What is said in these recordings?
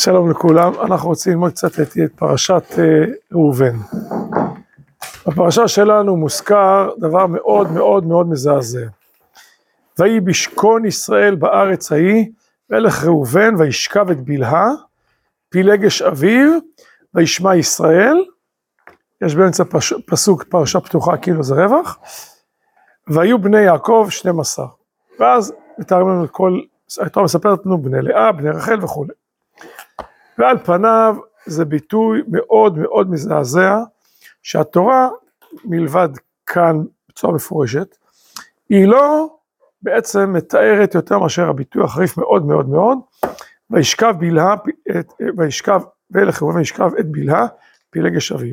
שלום לכולם, אנחנו רוצים ללמוד קצת את פרשת ראובן. בפרשה שלנו מוזכר דבר מאוד מאוד מאוד מזעזע. ויהי בשכון ישראל בארץ ההיא, וילך ראובן וישכב את בלהה, פילגש אביו, וישמע ישראל, יש באמצע פסוק פרשה פתוחה כאילו זה רווח, והיו בני יעקב 12, ואז מתארים לנו את כל, התורה מספרת לנו בני לאה, בני רחל וכו'. ועל פניו זה ביטוי מאוד מאוד מזעזע, שהתורה מלבד כאן בצורה מפורשת, היא לא בעצם מתארת יותר מאשר הביטוי החריף מאוד מאוד מאוד, וישכב בלהה, וישכב וילך ראובן וישכב את בלהה, פילגש אביו.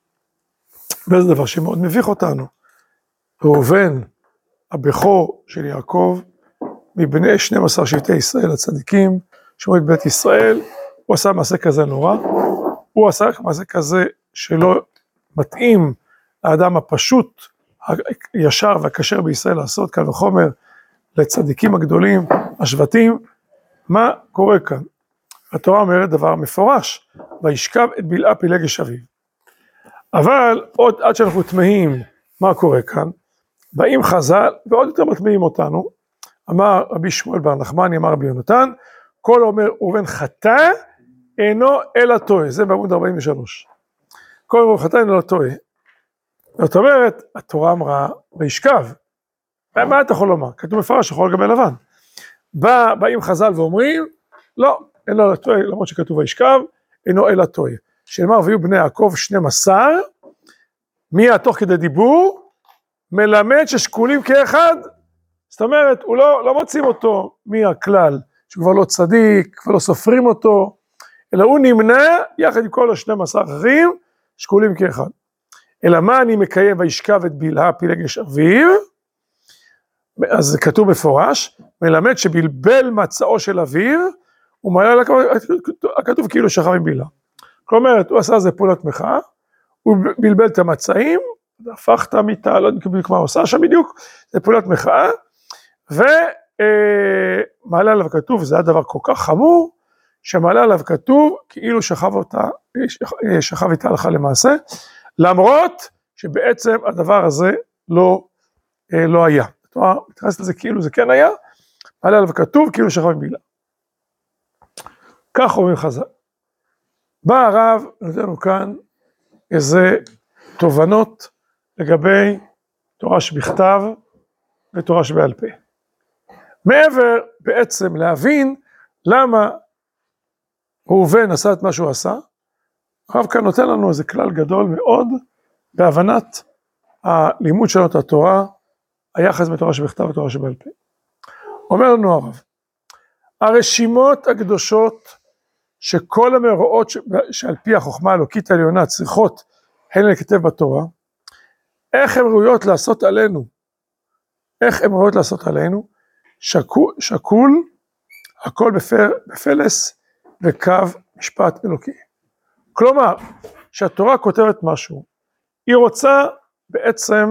וזה דבר שמאוד מביך אותנו. ראובן, הבכור של יעקב, מבני 12 שבטי ישראל הצדיקים, שמעו את בית ישראל, הוא עשה מעשה כזה נורא, הוא עשה מעשה כזה שלא מתאים לאדם הפשוט, הישר והכשר בישראל לעשות, קל וחומר לצדיקים הגדולים, השבטים. מה קורה כאן? התורה אומרת דבר מפורש, וישכב את בלהה פילגש אביו. אבל עוד עד שאנחנו תמהים מה קורה כאן, באים חז"ל ועוד יותר מתמיהים אותנו, אמר רבי שמואל בר נחמני, אמר רבי יונתן, כל אומר ראובן חטא אינו אלא טועה, זה בעמוד 43. כל אומר חטא אינו אלא טועה. זאת אומרת, התורה אמרה וישכב. מה אתה יכול לומר? כתוב מפרש שחור על גבי לבן. באים חז"ל ואומרים, לא, אינו אלא טועה, למרות שכתוב וישכב, אינו אלא טועה. שנאמר ויהיו בני יעקב 12, מי התוך כדי דיבור? מלמד ששקולים כאחד. זאת אומרת, הוא לא מוצאים אותו מהכלל, שהוא כבר לא צדיק, כבר לא סופרים אותו, אלא הוא נמנע יחד עם כל 12 אחרים, שקולים כאחד. אלא מה אני מקיים וישכב את בלהה פילגש אביו, אז זה כתוב מפורש, מלמד שבלבל מצאו של אביו, הוא מעלה הכתוב כאילו שכב עם בלהה. כלומר, הוא עשה זה פעולת מחאה, הוא בלבל את המצאים, הפך את המיטה, לא יודע מה הוא עושה שם בדיוק, זה פעולת מחאה, ומעלה עליו כתוב, זה היה דבר כל כך חמור, שמעלה עליו כתוב כאילו שכב איתה הלכה למעשה, למרות שבעצם הדבר הזה לא היה. התורה מתייחסת לזה כאילו זה כן היה, מעלה עליו כתוב כאילו שכב עם בלהה. כך אומרים חז"ל. בא הרב, נותנו כאן איזה תובנות לגבי תורה שבכתב ותורה שבעל פה. מעבר בעצם להבין למה ראובן עשה את מה שהוא עשה, הרב כאן נותן לנו איזה כלל גדול מאוד בהבנת הלימוד שלנו את התורה, היחס בתורה שבכתב ותורה שבעל פה. אומר לנו הרב, הרשימות הקדושות שכל המאורעות שעל פי החוכמה האלוקית העליונה צריכות הן לכתב בתורה, איך הן ראויות לעשות עלינו? איך הן ראויות לעשות עלינו? שקול, הכל בפלס וקו משפט אלוקי. כלומר, שהתורה כותבת משהו, היא רוצה בעצם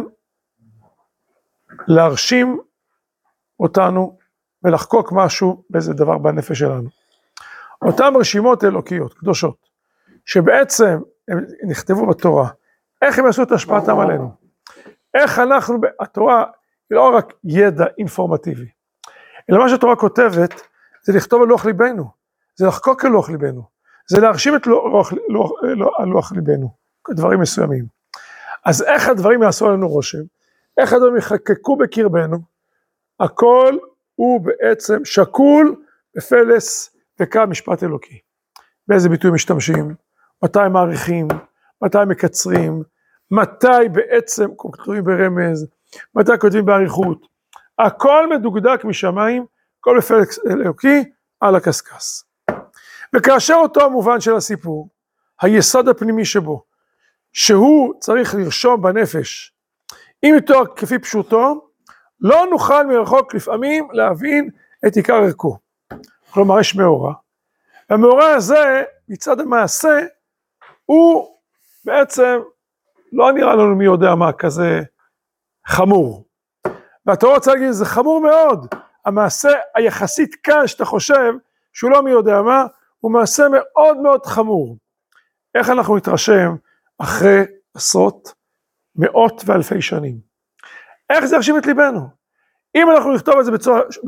להרשים אותנו ולחקוק משהו באיזה דבר בנפש שלנו. אותן רשימות אלוקיות, קדושות, שבעצם הם נכתבו בתורה, איך הם יעשו את השפעתם עלינו? איך אנחנו, התורה היא לא רק ידע אינפורמטיבי, אלא מה שהתורה כותבת, זה לכתוב על לוח ליבנו, זה לחקוק על לוח ליבנו, זה להרשים את לוח ליבנו, דברים מסוימים. אז איך הדברים יעשו עלינו רושם? איך הדברים יחקקו בקרבנו? הכל הוא בעצם שקול בפלס וקו משפט אלוקי. באיזה ביטוי משתמשים? מתי מעריכים? מתי מקצרים? מתי בעצם כותבים ברמז? מתי כותבים בעריכות? הכל מדוקדק משמיים, כל בפלס אלוקי על הקשקש. וכאשר אותו המובן של הסיפור, היסוד הפנימי שבו, שהוא צריך לרשום בנפש, אם יותר כפי פשוטו, לא נוכל מרחוק לפעמים להבין את עיקר ערכו. כלומר, יש מאורע. והמאורע הזה, מצד המעשה, הוא בעצם לא נראה לנו מי יודע מה, כזה חמור. והתורה רוצה להגיד, זה חמור מאוד. המעשה היחסית כאן שאתה חושב, שהוא לא מי יודע מה, הוא מעשה מאוד מאוד חמור. איך אנחנו נתרשם אחרי עשרות, מאות ואלפי שנים? איך זה ירשים את ליבנו? אם אנחנו נכתוב את זה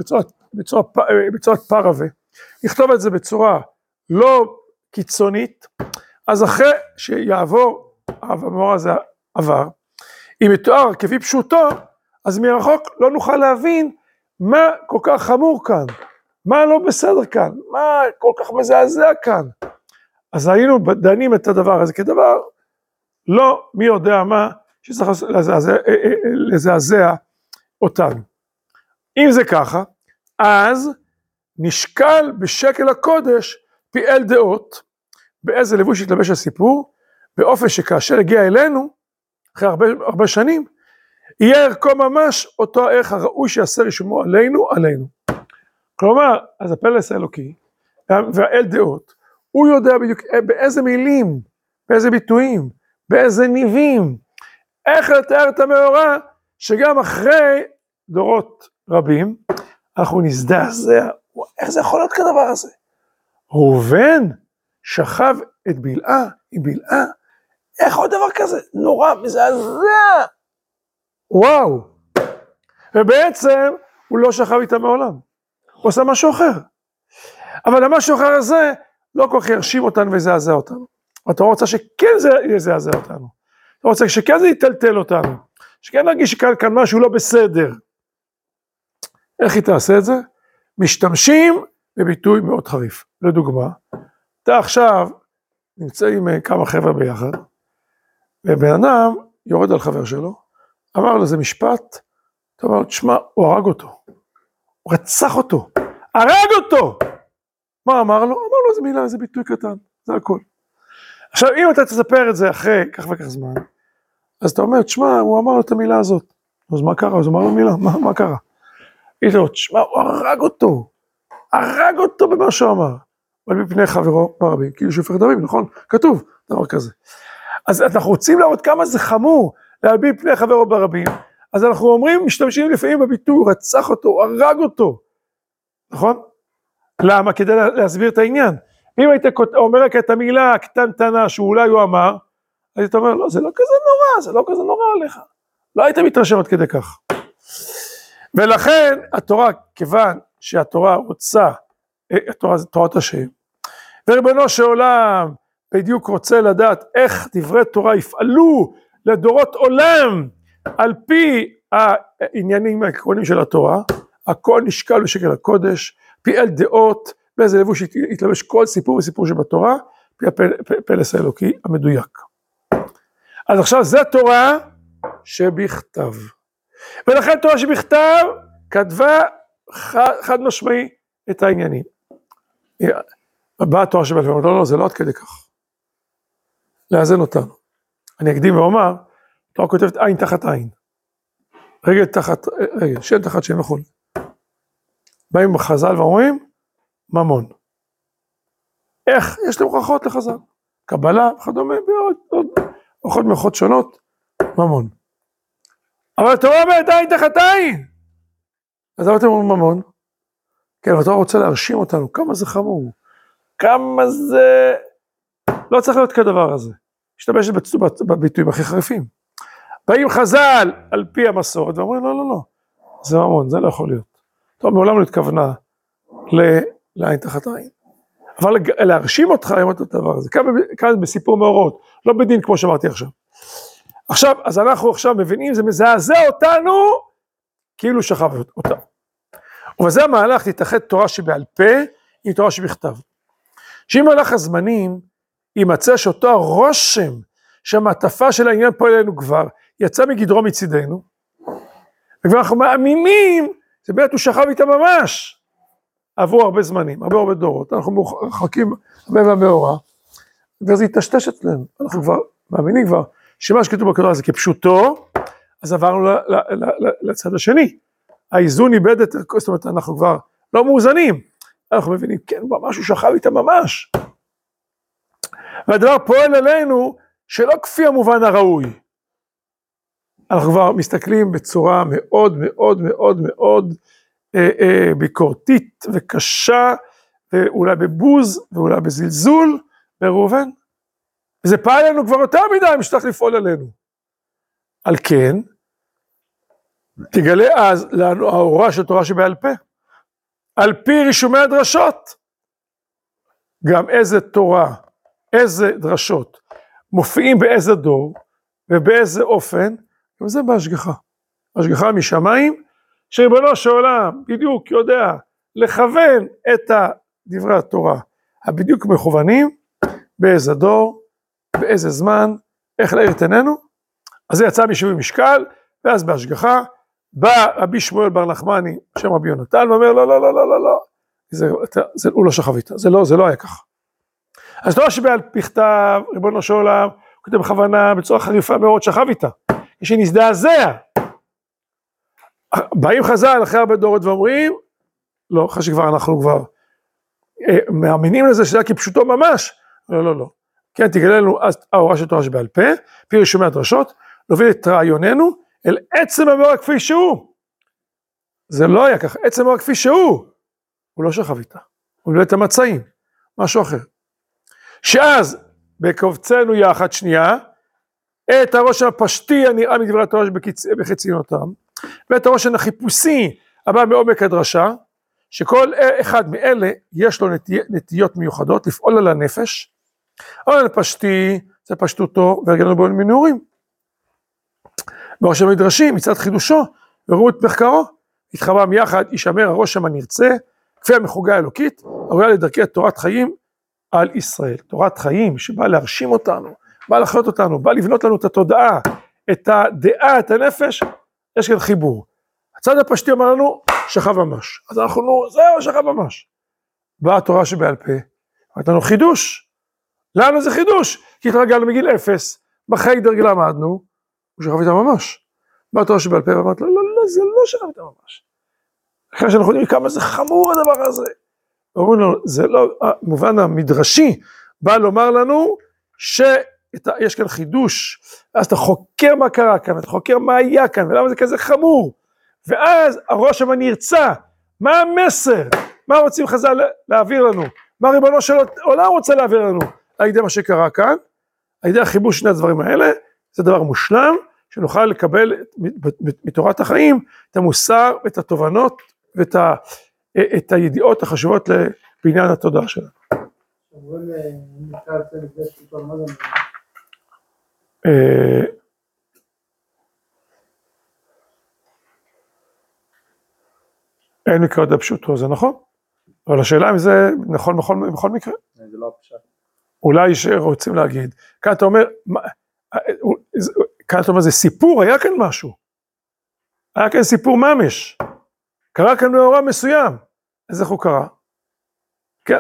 בצורת פרווה, נכתוב את זה בצורה לא קיצונית, אז אחרי שיעבור, המאורע הזה עבר, אם יתואר כפי פשוטו, אז מרחוק לא נוכל להבין מה כל כך חמור כאן, מה לא בסדר כאן, מה כל כך מזעזע כאן. אז היינו דנים את הדבר הזה כדבר, לא מי יודע מה, שצריך לזעזע אותנו. אם זה ככה, אז נשקל בשקל הקודש פיעל דעות, באיזה לבוש יתלבש הסיפור, באופן שכאשר הגיע אלינו, אחרי הרבה שנים, יהיה ערכו ממש אותו הערך הראוי שיעשה רישומו עלינו. כלומר, אז הפלס האלוקי, והאל דעות, הוא יודע בדיוק באיזה מילים, באיזה ביטויים, באיזה ניבים, איך לתאר את המאורע, שגם אחרי דורות רבים, אנחנו נזדעזע, איך זה יכול להיות כדבר הזה? ראובן שכב את בלעה עם בלעה, איך עוד דבר כזה? נורא, מזעזע. וואו. ובעצם הוא לא שכב איתה מעולם. הוא עושה משהו אחר. אבל המשהו אחר הזה לא כל כך ירשים אותנו ויזעזע אותנו. אתה רוצה שכן זה יזעזע אותנו. אתה רוצה שכן זה יטלטל אותנו. שכן נרגיש שכאן משהו לא בסדר. איך היא תעשה את זה? משתמשים בביטוי מאוד חריף. לדוגמה, אתה עכשיו נמצא עם כמה חבר'ה ביחד, ובן אדם יורד על חבר שלו, אמר לו זה משפט, אתה אומר לו, תשמע, הוא הרג אותו, הוא רצח אותו, הרג אותו! מה אמר לו? אמר לו, זה מילה, זה ביטוי קטן, זה הכל. עכשיו, אם אתה תספר את זה אחרי כך וכך זמן, אז אתה אומר, תשמע, הוא אמר לו את המילה הזאת, אז מה קרה? אז הוא אמר לו מילה, מה קרה? היא אומרת, תשמע, הוא הרג אותו במה שהוא אמר, אבל מפני חברו ברבים, כאילו שופך דמים, נכון? כתוב דבר כזה. אז אנחנו רוצים להראות כמה זה חמור, להלבין פני חברו ברבים, אז אנחנו אומרים, משתמשים לפעמים בביטוי, הוא רצח אותו, הוא הרג אותו, נכון? למה? כדי להסביר את העניין. אם היית אומר רק את המילה הקטנטנה שאולי הוא אמר, אז היית אומר, לא, זה לא כזה נורא, זה לא כזה נורא עליך. לא היית מתרשם עד כדי כך. ולכן התורה, כיוון שהתורה רוצה, התורה זה תורת השם, וריבונו של עולם בדיוק רוצה לדעת איך דברי תורה יפעלו לדורות עולם, על פי העניינים העקרוניים של התורה, הכל נשקל בשקל הקודש, פיעל דעות, באיזה לבוש יתלבש כל סיפור וסיפור שבתורה, פי הפלס האלוקי המדויק. אז עכשיו זה תורה שבכתב. ולכן תורה שבכתב כתבה חד משמעי את העניינים. באה תורה שבכתב, לא, זה לא עד כדי כך. לאזן אותנו. אני אקדים ואומר, תורה כותבת עין תחת עין. רגל תחת רגל, שן תחת שן וכו'. באים בחז"ל ואומרים, ממון. איך? יש להם הוכחות לחז"ל. קבלה וכדומה, עוד מלאכות שונות, ממון. אבל התורה אומרת עין תחת עין. אז למה אתם אומרים ממון? כן, התורה רוצה להרשים אותנו, כמה זה חמור, כמה זה... לא צריך להיות כדבר הזה. משתמשת בביטויים הכי חריפים. באים חז"ל על פי המסורת, ואומרים לא, לא, לא, זה ממון, זה לא יכול להיות. טוב, מעולם לא התכוונה לעין תחת עין. אבל להרשים אותך עם את הדבר הזה, כאן בסיפור מאורעות, לא בדין כמו שאמרתי עכשיו. עכשיו, אז אנחנו עכשיו מבינים, זה מזעזע אותנו, כאילו שכב אותה. ובזה המהלך תתאחד תורה שבעל פה, עם תורה שבכתב. שאם מהלך הזמנים, יימצא שאותו הרושם, שהמעטפה של העניין פה אלינו כבר, יצא מגדרו מצידנו, וכבר אנחנו מאמינים, זה באמת הוא שכב איתה ממש, עברו הרבה זמנים, הרבה דורות, אנחנו מרחקים הרבה מהמאורע, וזה יטשטש אצלנו, אנחנו כבר מאמינים כבר, שמה שכתוב בכתוב הזה כפשוטו, אז עברנו לצד השני, האיזון איבד את, זאת אומרת, אנחנו כבר לא מאוזנים, אנחנו מבינים, כן, משהו שכב איתה ממש, והדבר פועל עלינו, שלא כפי המובן הראוי, אנחנו כבר מסתכלים בצורה מאוד מאוד מאוד מאוד ביקורתית וקשה ואולי בבוז, ואולי בזלזול, בראובן. וזה פעל לנו כבר יותר מדי, משתך לפעול עלינו. על כן, תגלה אז לנו ההוראה של תורה שבעל פה, על פי רישומי הדרשות, גם איזה תורה, איזה דרשות, מופיעים באיזה דור, ובאיזה אופן, גם זה בהשגחה. השגחה משמיים, שריבונו של עולם בדיוק יודע לכוון את דברי התורה, הבדיוק מכוונים, באיזה דור, באיזה זמן, איך להאיר את עינינו, אז זה יצא משיווי משקל, ואז בהשגחה, בא רבי שמואל בר נחמני, שם רבי יונתן, ואומר לא, לא, לא, לא, לא, לא, הוא לא שכב איתה, זה לא היה ככה. אז תורה שבעל בכתב, ריבונו של עולם, הוא כותב בכוונה, בצורה חריפה מאוד, שכב איתה, כשנזדעזע. באים חז"ל אחרי הרבה דורות ואומרים, לא, אחרי שכבר אנחנו כבר מאמינים לזה, שזה כפשוטו ממש, לא, לא, לא. כן, תגלה לנו אז ההוראה של תורה שבעל פה, פי רישומי הדרשות, להוביל את רעיוננו אל עצם המאורע כפי שהוא. זה לא היה ככה, עצם המאורע כפי שהוא, הוא לא שכב איתה, הוא לא את המצעים, משהו אחר. שאז, בקובצנו יחד שנייה, את הרושם הפשטי הנראה מדברי התורה בחציונותם, ואת הרושם החיפושי הבא מעומק הדרשה, שכל אחד מאלה יש לו נטיות מיוחדות לפעול על הנפש, אבל הפשטי זה פשטותו והרגלנו בו מנעורים. ברושם המדרשים מצד חידושו וראו את מחקרו, התחבר מיחד ישמר הרושם הנרצה, כפי המחוגה האלוקית, הראויה לדרכי תורת חיים על ישראל. תורת חיים שבאה להרשים אותנו, באה לחיות אותנו, באה לבנות לנו את התודעה, את הדעה, את הנפש, יש כאן חיבור. הצד הפשטי אומר לנו, שכב ממש. אז אנחנו, זהו, שכב ממש. באה התורה שבעל פה, אמרת לנו חידוש. לנו זה חידוש, כי התרגלנו מגיל 0, בחיי דרגל למדנו, הוא שכב איתה ממש. באה התורה שבעל פה, ואמרת, לא, לא, לא, זה לא שכב איתה ממש. אחרי שאנחנו יודעים כמה זה חמור הדבר הזה. אומרים לנו, זה לא, המובן המדרשי, בא לומר לנו, שיש כאן חידוש, אז אתה חוקר מה קרה כאן, אתה חוקר מה היה כאן, ולמה זה כזה חמור. ואז הרושם הנרצה, מה המסר? מה רוצים חז"ל להעביר לנו? מה ריבונו של עולם רוצה להעביר לנו? על ידי מה שקרה כאן, על ידי החיבור שני הדברים האלה, זה דבר מושלם, שנוכל לקבל מתורת החיים, את המוסר ואת התובנות, ואת הידיעות החשובות בעניין התודעה שלנו. אין מקרה די פשוטו, זה נכון, אבל השאלה אם זה נכון בכל מקרה. זה לא פשוט. אולי שרוצים להגיד, כאן אתה אומר, זה סיפור, היה כאן משהו, היה כאן סיפור ממש, קרה כאן מאורע מסוים, אז איך הוא קרה? כן,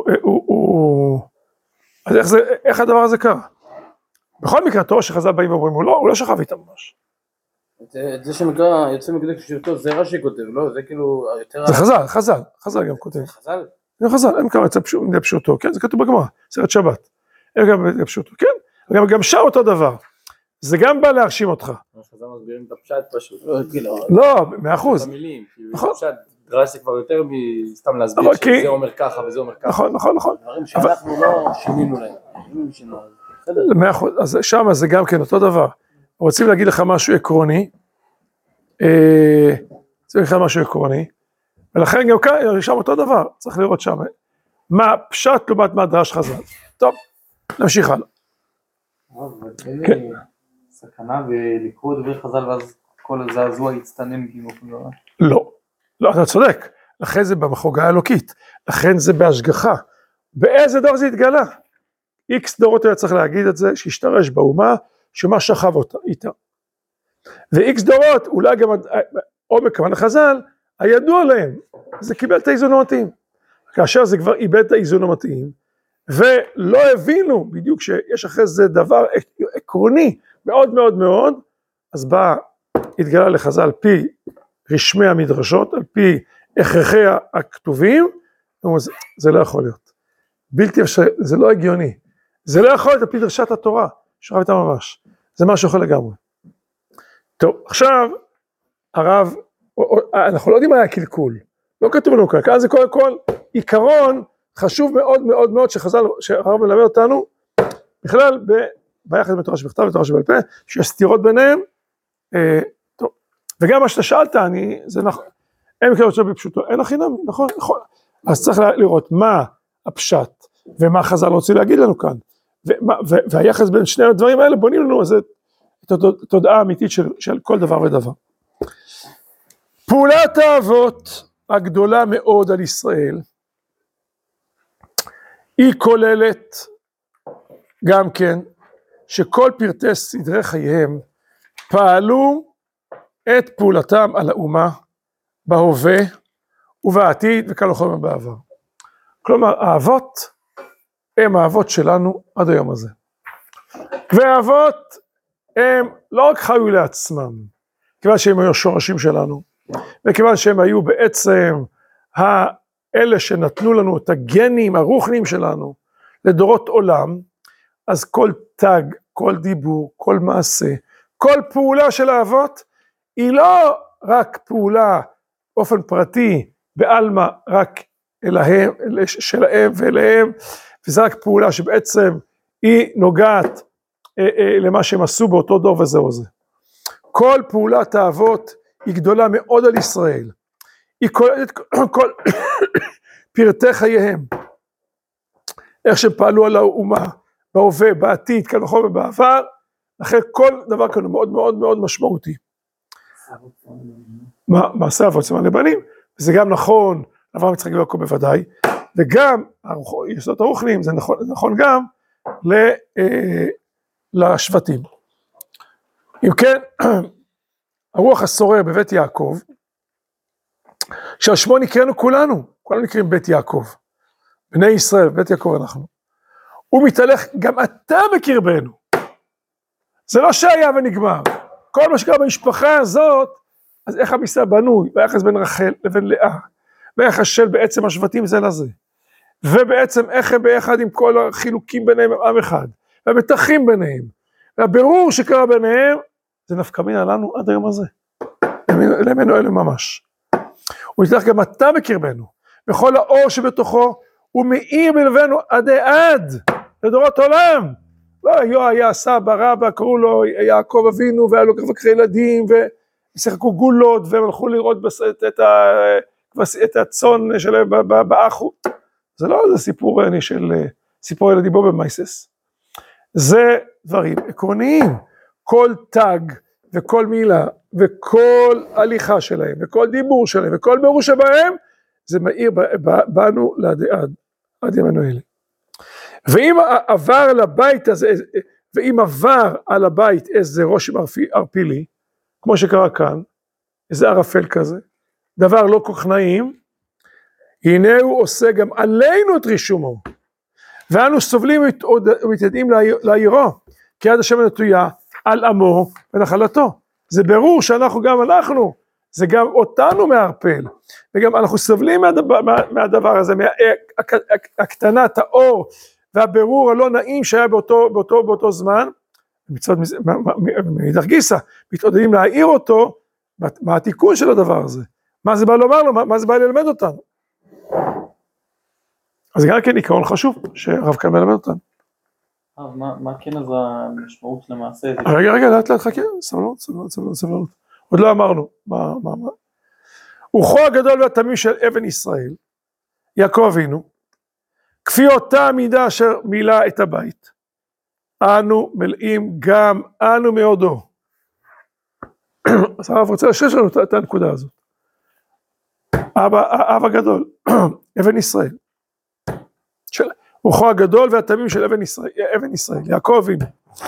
אז איך הדבר הזה קרה? בכל מקרה, תורה שחז"ל באים ואומרים, הוא לא שכב איתה ממש. את זה שנקרא, יוצא מקדש שבטו, זה רש"י כותב, לא? זה כאילו יותר... זה חז"ל גם כותב. חז"ל? זה חז"ל, הם כמה יוצא פשוטו, כן, זה כתוב בגמרא, סרט שבת. הם גם פשוטו, כן, גם שם אותו דבר. זה גם בא להרשים אותך. חז"ל מסבירים את הפשט פשוט. לא, 100%. במילים, כאילו הפשט דרש כבר יותר מסתם להסביר שזה אומר ככה וזה אומר ככה. נכון. דברים שאנחנו לא שינינו להם. 100%, אז שם זה גם כן אותו דבר. רוצים להגיד לך משהו עקרוני, ולכן גם כאן, שם אותו דבר, צריך לראות שם, מה פשט לעומת מה דרש חז"ל. טוב, נמשיך הלאה. כן. סכנה ולקרוא דברי חז"ל ואז כל הזעזוע יצטנן כאילו. לא, אתה צודק, לכן זה במחוגה האלוקית, לכן זה בהשגחה. באיזה דור זה התגלה? איקס דורות היה צריך להגיד את זה, שהשתרש באומה, שמה שכב איתה. ואיקס דורות, אולי גם עומק כוון החז"ל, הידוע להם, זה קיבל את האיזון המתאים. כאשר זה כבר איבד את האיזון המתאים, ולא הבינו בדיוק שיש אחרי זה דבר עקרוני מאוד מאוד מאוד, אז בא, התגלה לחז"ל על פי רשמי המדרשות, על פי הכרחי הכתובים, זה לא יכול להיות. בלתי אפשרי, זה לא הגיוני. זה לא יכול להיות על פי דרשת התורה, שכב איתה ממש. זה משהו אחר לגמרי. טוב, עכשיו, הרב, אנחנו לא יודעים מה היה קלקול. לא כתוב לנו כאן, כאן זה כל עיקרון חשוב מאוד מאוד מאוד שהרב מלמד אותנו, בכלל ביחד בתורה שבכתב ותורה שבעל פה, שיש סתירות ביניהם, טוב. וגם מה שאתה שאלת, זה נכון, אין כאלה יותר בפשוטו, אין הכי נמי, נכון? אז צריך לראות מה הפשט, ומה חז"ל רוצים להגיד לנו כאן, והיחס בין שני הדברים האלה בונים לנו את התודעה האמיתית של כל דבר ודבר. פעולת האבות הגדולה מאוד על ישראל, היא כוללת גם כן, שכל פרטי סדרי חייהם פעלו את פעולתם על האומה בהווה ובעתיד וכאן לכל יום בעבר. כלומר, האבות הם האבות שלנו עד היום הזה. והאבות הם לא רק חיו לעצמם, כיוון שהם היו שורשים שלנו, וכיוון שהם היו בעצם האלה שנתנו לנו את הגנים הרוחניים שלנו לדורות עולם, אז כל תג, כל דיבור, כל מעשה, כל פעולה של האבות, היא לא רק פעולה באופן פרטי, בעלמא רק אלהם, שלהם ואליהם, וזה רק פעולה שבעצם היא נוגעת למה שהם עשו באותו דור וזהו זה. כל פעולת האבות היא גדולה מאוד על ישראל, היא כוללת כל פרטי חייהם, איך שהם פעלו על האומה, בהווה, בעתיד, כאן וחומר בעבר, לכן כל דבר כאן הוא מאוד מאוד מאוד משמעותי. מעשה אבות סימן לבנים, וזה גם נכון, אברהם יצחק ויעקב בוודאי, וגם יסודות הרוחניים, זה נכון גם לשבטים. אם כן, הרוח השורר בבית יעקב, שעל שמו נקראנו כולנו נקראים בית יעקב, בני ישראל, בית יעקב אנחנו. הוא מתהלך, גם אתה בקרבנו. זה לא שהיה ונגמר. כל מה שקרה במשפחה הזאת, אז איך עם ישראל בנוי, ביחס בין רחל לבין לאה, ביחס של בעצם השבטים זה לזה, ובעצם איך הם ביחד עם כל החילוקים ביניהם עם אחד, והמתחים ביניהם, והבירור שקרה ביניהם, זה נפקא מינה לנו עד היום הזה, למנו אלה ממש. הוא מתהלך גם אתה בקרבנו, בכל האור שבתוכו, הוא מאיר בלבנו עדי עד, לדורות עולם. לא היה סבא רבא, קראו לו יעקב אבינו, והיה לו כך ילדים, ושיחקו גולות, והם הלכו לראות את הצאן שלהם באחו. זה לא איזה סיפור של סיפור ילדים בו במייסס. זה דברים עקרוניים. כל תג וכל מילה, וכל הליכה שלהם, וכל דיבור שלהם, וכל בירור שבהם, זה מאיר בנו עד ימינו אלה. ואם עבר לבית הזה, ואם עבר על הבית איזה רושם ערפילי, כמו שקרה כאן, איזה ערפל כזה, דבר לא כל כך נעים, הנה הוא עושה גם עלינו את רישומו, ואנו סובלים ומתיידעים להעירו, כי יד השם נטויה על עמו ונחלתו. זה ברור שאנחנו גם אנחנו, זה גם אותנו מערפל, וגם אנחנו סובלים מהדבר הזה, מהקטנת האור, והבירור הלא נעים שהיה באותו זמן, מאידך גיסא, מתעודדים להעיר אותו, מה התיקון של הדבר הזה, מה זה בא לומר לו, מה זה בא ללמד אותנו. אז גם כן עיקרון חשוב, שהרב כאן מלמד אותנו. מה כן אז המשמעות למעשה? רגע, לאט חכה, סבלנות. עוד לא אמרנו, מה? רוחו הגדול והתמים של אבן ישראל, יעקב אבינו, כפי אותה מידה אשר מילא את הבית, אנו מלאים גם אנו מאודו. אז הרב רוצה לשש לנו את הנקודה הזאת. אב הגדול, אבן ישראל, רוחו הגדול והתמים של אבן ישראל, יעקב אבינו,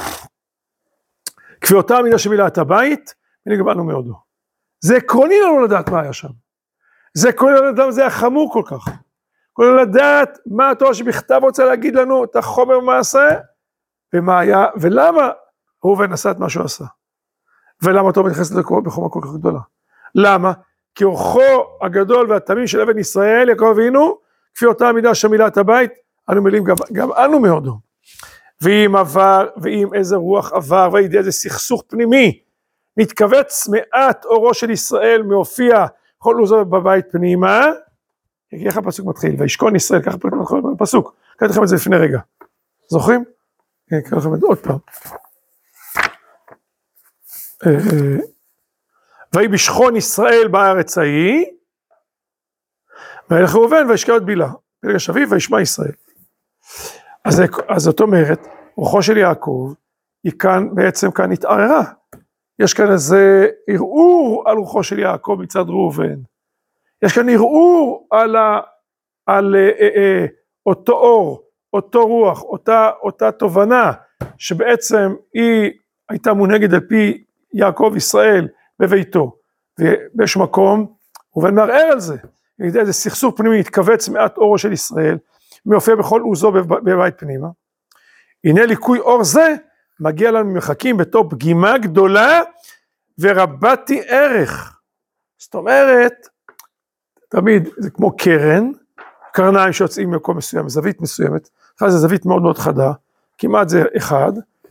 כפי אותה מידה שמילא את הבית, מלאים גם אנו מאודו. זה עקרוני לנו לדעת מה היה שם. זה עקרוני לנו לדעת, זה החמור כל כך. עקרוני לדעת מה התורה שבכתב רוצה להגיד לנו, את החומר מעשה, ומה היה, ולמה ראובן עשה את מה שהוא עשה. ולמה התורה מתייחסת בחומה כל כך גדולה. למה? כי אורחו הגדול והתמים של אבן ישראל, יעקב אבינו, כפי אותה מידה שמילא את הבית, אנו מלאים גם אנו מאודו. ואם איזה רוח עבר, וידע איזה סכסוך פנימי, מתכווץ מעט אורו של ישראל, מהופיע כל עוזו בבית פנימה, איך הפסוק מתחיל? וישכון ישראל, ככה פסוק. קראתי לכם את זה לפני רגע. זוכרים? כן, קראתי לכם את זה עוד פעם. ויהי בשכון ישראל בארץ ההיא, וילך ראובן וישקע את בלהה, פלג אביו וישמע ישראל. אז זאת אומרת, רוחו של יעקב, היא כאן, בעצם כאן התערערה. יש כאן איזה ערעור על רוחו של יעקב מצד ראובן. יש כאן ערעור על אותו אור, אותו רוח, אותה תובנה, שבעצם היא הייתה מונהגת על פי יעקב ישראל בביתו. ובאיש מקום, ראובן מערער על זה. איזה סכסוך פנימי התכווץ מעט אורו של ישראל, מיופיע בכל עוזו בבית פנימה. הנה ליקוי אור זה, מגיע לנו ממחקים בתור פגימה גדולה ורבתי ערך. זאת אומרת, תמיד זה כמו קרן, קרניים שיוצאים ממקום מסוים, זווית מסוימת, אחת זה זווית מאוד מאוד חדה, כמעט זה אחד,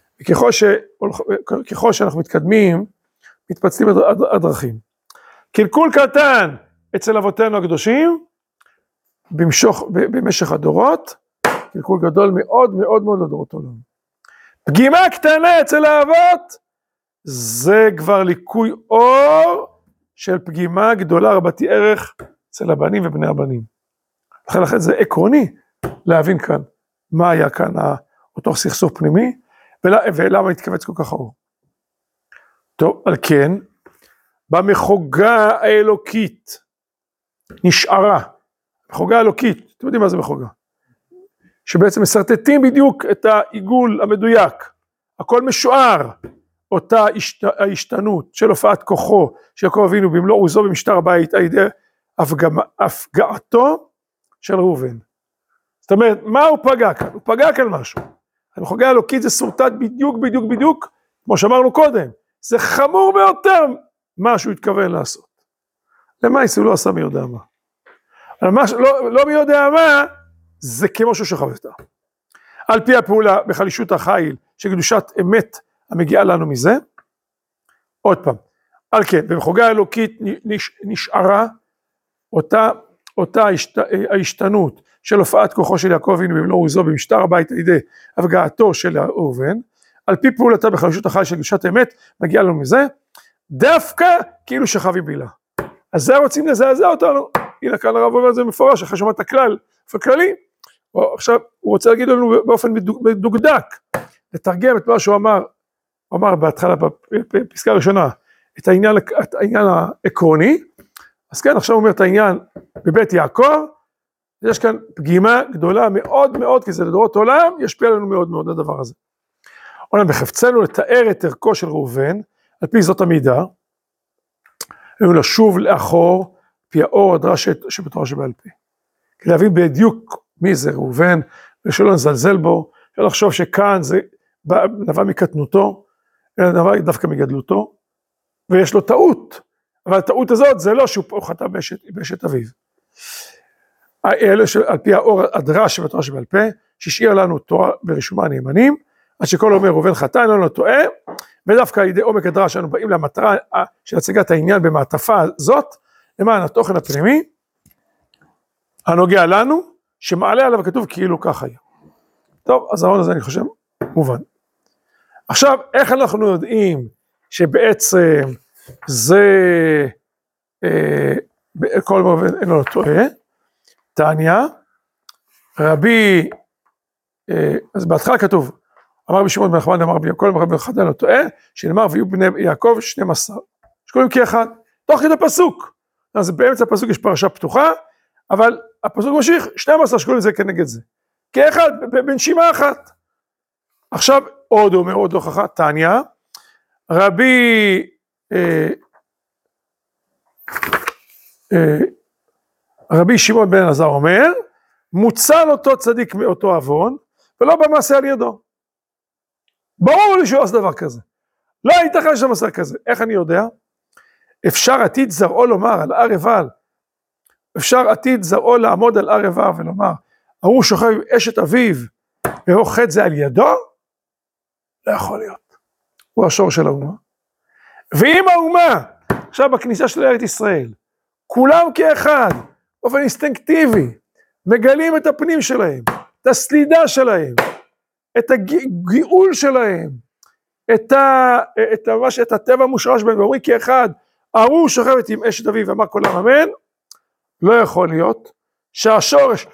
וככל שאנחנו מתקדמים, מתפצלים הדרכים. קלקול קטן אצל אבותינו הקדושים, במשך הדורות, קלקול גדול מאוד מאוד מאוד לדורות עולם. פגימה קטנה אצל האבות, זה כבר ליקוי אור של פגימה גדולה רבתי ערך אצל הבנים ובני הבנים. לכן זה עקרוני להבין כאן מה היה כאן אותו סכסוך פנימי, ולמה התכווץ כל כך האור. טוב, על כן, במחוגה האלוקית נשארה, מחוגה האלוקית, אתם יודעים מה זה מחוגה? שבעצם מסרטטים בדיוק את העיגול המדויק, הכל משוער, אותה ההשתנות של הופעת כוחו, של יעקב אבינו במלוא עוזו במשטר הבית, על ידי הפגעתו של ראובן. זאת אומרת, מה הוא פגע כאן? הוא פגע כאן משהו. המחוגה האלוקית זה סורטט בדיוק, כמו שאמרנו קודם, זה חמור ביותר מה שהוא התכוון לעשות. למעשה הוא לא עשה מי יודע מה. לא מי יודע מה, זה כמו שהוא שכב אותה. על פי הפעולה בחלישות החיל, שקדושת אמת המגיעה לנו מזה, עוד פעם, על כן, במחוגה האלוקית נשארה אותה ההשתנות של הופעת כוחו של יעקב אבינו במלוא עוזו במשטר הבית על ידי הפגעתו של ראובן, על פי פעולתה בחלישות החיל של קדושת אמת, מגיעה לנו מזה, דווקא כאילו שכב עם בלהה. אז זה רוצים לזעזע אותנו, הנה כאן הרב אומר את זה מפורש, אחרי שמעת הכלל, הכללי, עכשיו הוא רוצה להגיד לנו באופן מדוקדק, לתרגם את מה שהוא אמר בהתחלה, בפסקה הראשונה, את העניין העקרוני, אז כן, עכשיו הוא אומר את העניין בבית יעקב, יש כאן פגימה גדולה מאוד מאוד, כי זה לדורות עולם, ישפיע לנו מאוד מאוד הדבר הזה. עולם בחפצנו לתאר את ערכו של ראובן, על פי זאת המידה, היו לשוב לאחור, פי האור הדרש שבתורה שבעל פה. כדי להבין בדיוק מי זה ראובן, ושלא נזלזל בו, שלא לחשוב שכאן זה נבע מקטנותו, אלא נבע דווקא מגדלותו, ויש לו טעות, אבל הטעות הזאת זה לא שהוא חטא באשת אביו. על פי האור הדרש שבתורה שבעל פה, שהשאיר לנו תורה ברישומה הנאמנים, עד שכל אומר ראובן חטא, אין לנו טועה, ודווקא על ידי עומק הדרש אנו באים למטרה של הצגת העניין במעטפה הזאת, למען התוכן הפנימי, הנוגע לנו, שמעלה עליו כתוב כאילו כך היה. טוב, אז הרעיון הזה אני חושב מובן. עכשיו, איך אנחנו יודעים שבעצם זה, כל ראובן אין לנו טועה, תניא, רבי, אז בהתחלה כתוב, אמר רבי שמעון בן נחמן, אמר רבי יעקב, אמר רבי יוחנן לא טועה, שנאמר ויהיו בני יעקב 12, שקוראים כאחד, תוך כדי פסוק, אז באמצע הפסוק יש פרשה פתוחה, אבל הפסוק ממשיך, 12 שקוראים את זה כנגד זה, כאחד, בנשימה אחת. עכשיו עוד אומר, עוד הוכחה, תניא, רבי שמעון בן אלעזר אומר, מוצל אותו צדיק מאותו עוון, ולא במעשה על ידו. ברור לי שהוא עשה דבר כזה. לא ייתכן שם עשה כזה. איך אני יודע? אפשר עתיד זרעו לומר על הר עיבל, אפשר עתיד זרעו לעמוד על הר עיבל ולומר, ההוא שוכב עם אשת אביו, והוא חטא זה על ידו? לא יכול להיות. הוא השור של האומה. ואם האומה, עכשיו בכניסה של ארץ ישראל, כולם כאחד, באופן אינסטינקטיבי, מגלים את הפנים שלהם, את הסלידה שלהם, את הגיעול שלהם, את הטבע המושרש בהם, ואומרים כי אחד, ארור שוכבת עם אשת אביו ואמר כל העם אמן, לא יכול להיות שהשורש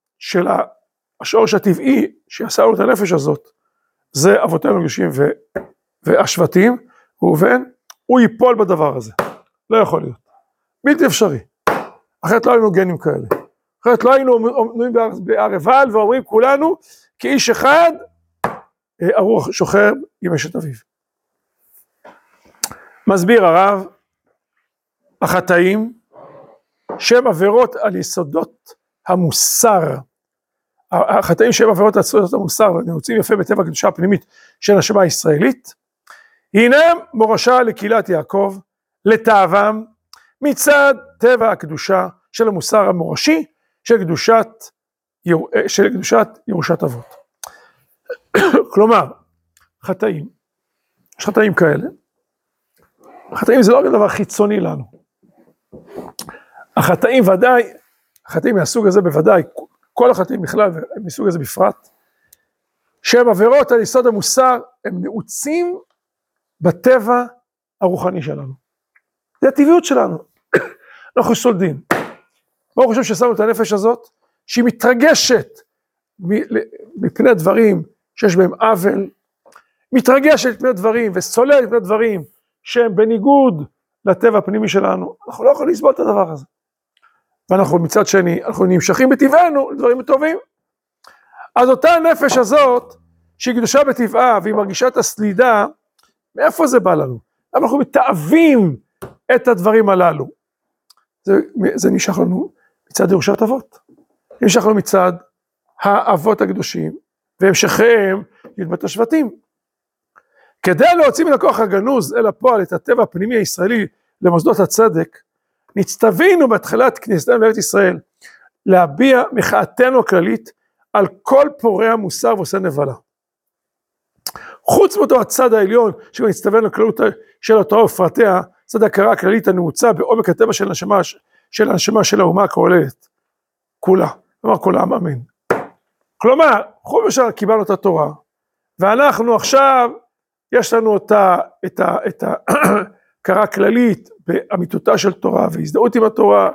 הטבעי שעשה לו את הנפש הזאת, זה אבותינו הקדושים והשבטים, ראובן, הוא ייפול בדבר הזה. לא יכול להיות. בלתי אפשרי. אחרת לא היינו גנים כאלה. אחרת לא היינו עומדים בהר עיבל ואומרים כולנו, כאיש אחד, ארור שוכב עם אשת אביו. מסביר הרב, החטאים, שהם עבירות על יסודות המוסר, החטאים שהם עבירות על יסודות המוסר, ונעוצים יפה בטבע הקדושה הפנימית של הנשמה הישראלית, הינם מורשה לקהילת יעקב, לתאוום, מצד טבע הקדושה של המוסר המורשי, של קדושת ירושת אבות. כלומר, חטאים, יש חטאים כאלה, החטאים זה לא דבר חיצוני לנו, החטאים ודאי, החטאים מהסוג הזה בוודאי, כל החטאים בכלל ומסוג הזה בפרט, שהם עבירות על יסוד המוסר, הם נעוצים בטבע הרוחני שלנו. זה הטבעיות שלנו, אנחנו סולדים. ברוך השם ששמנו את הנפש הזאת, שהיא מתרגשת מפני דברים שיש בהם עוול, מתרגשת מפני דברים וסולדת מפני דברים שהם בניגוד לטבע הפנימי שלנו, אנחנו לא יכולים לסבול את הדבר הזה. ואנחנו מצד שני, אנחנו נמשכים בטבענו לדברים טובים. אז אותה הנפש הזאת, שהיא קדושה בטבעה והיא מרגישה את הסלידה, מאיפה זה בא לנו? אנחנו מתאהבים את הדברים הללו. זה נמשך לנו מצד ירושת אבות. נמשך לנו מצד האבות הקדושים, והמשכיהם ללמד השבטים. כדי להוציא מן הכוח הגנוז אל הפועל את הטבע הפנימי הישראלי למוסדות הצדק, נצטווינו בהתחלת כניסתנו לארץ ישראל, להביע מחאתנו הכללית על כל פורעי המוסר ועושה נבלה. חוץ מאותו הצד העליון, שגם נצטווינו לכללות של התורה ופרטיה, צד ההכרה הכללית הנעוצה בעומק הטבע של הנשמה של האומה הכוללת. כולה, אמר כל העם אמן. כלומר, חוץ משל קיבלנו את התורה, ואנחנו עכשיו, יש לנו את ההכרה הכללית באמיתותה של תורה, והזדהות עם התורה,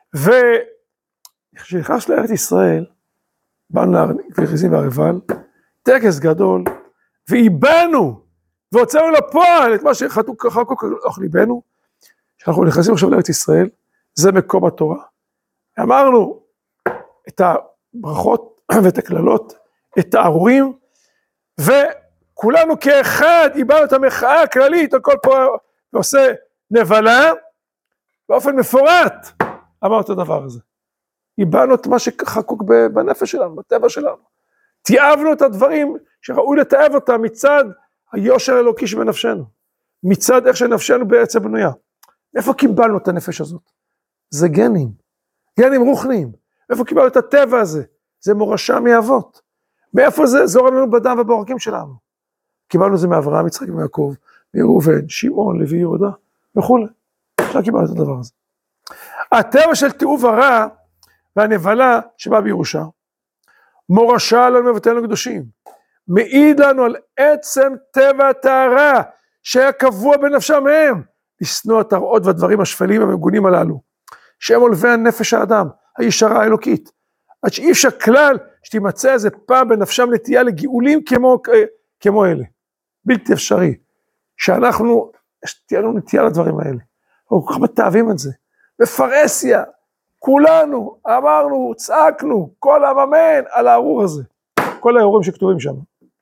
וכשנכנס לארץ ישראל, באנו לאחיזים והערבל, טקס גדול, ואיבנו, והוצאנו לפועל את מה שחקוק ליבנו, שאנחנו נכנסים עכשיו לארץ ישראל, זה מקום התורה. אמרנו את הברכות ואת הכללות, את הארורים, וכולנו כאחד איבדנו את המחאה הכללית, על כל פה ועושה נבלה, באופן מפורט, אמר את הדבר הזה. איבדנו את מה שחקוק בנפש שלנו, בטבע שלנו. תיאבנו את הדברים שראוי לתאב אותם מצד היושר האלוקי שבנפשנו, מצד איך שנפשנו בעצם בנויה. איפה קיבלנו את הנפש הזאת? זה גנים, גנים רוחניים. איפה קיבלנו את הטבע הזה? זה מורשה מאבות. מאיפה זה זורם לנו בדם ובעורקים שלנו? קיבלנו זה מאברהם, יצחק ויעקב, מראובן, שמעון, לוי, יהודה וכו'. עכשיו קיבלנו את הדבר הזה. הטבע של תיעוב הרע והנבלה שבא בירושה, מורשה לנו מבטאנו קדושים, מעיד לנו על עצם טבע הטהרה שהיה קבוע בנפשם מהם, לשנוא את הרעות והדברים השפלים המגונים הללו, שהם עולבי הנפש האדם, הישרה האלוקית, עד שאי אפשר כלל שתימצא איזה פעם בנפשם נטייה לגאולים כמו אלה, בלתי אפשרי, שאנחנו, תהיה לנו נטייה לדברים האלה, אנחנו כל כך מתאהבים את זה, בפרהסיה, כולנו אמרנו, צעקנו, כל עם אמן על הארור הזה, כל הארורים שכתובים שם.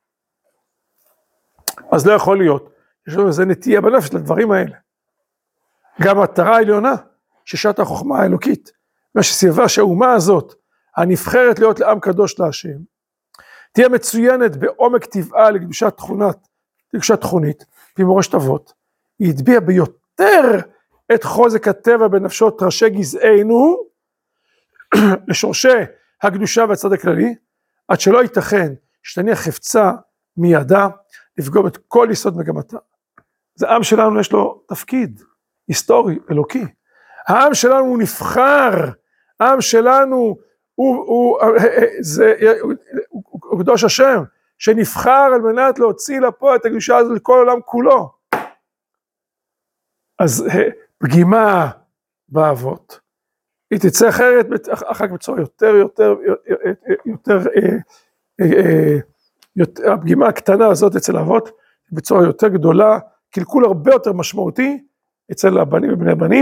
אז לא יכול להיות, יש לנו איזה נטייה בנפש לדברים האלה. גם המטרה העליונה, ששעת החוכמה האלוקית, מה שסביבה שהאומה הזאת, הנבחרת להיות לעם קדוש להשם, תהיה מצוינת בעומק טבעה לקדושת תכונית, במורשת אבות, היא הטביעה ביותר את חוזק הטבע בנפשות ראשי גזענו, לשורשי הקדושה והצד הכללי, עד שלא ייתכן שתניח חפצה מידה, לפגום את כל יסוד מגמתה. זה עם שלנו יש לו תפקיד היסטורי, אלוקי. העם שלנו הוא נבחר העם שלנו הוא קדוש השם, שנבחר על מנת להוציא לפה את הקדושה הזו לכל העולם כולו. אז פגימה באבות, היא תצא אחרת, אחר כך בצורה הפגימה הקטנה הזאת אצל האבות, בצורה יותר גדולה, קלקול הרבה יותר משמעותי, אצל הבנים ובני הבנים,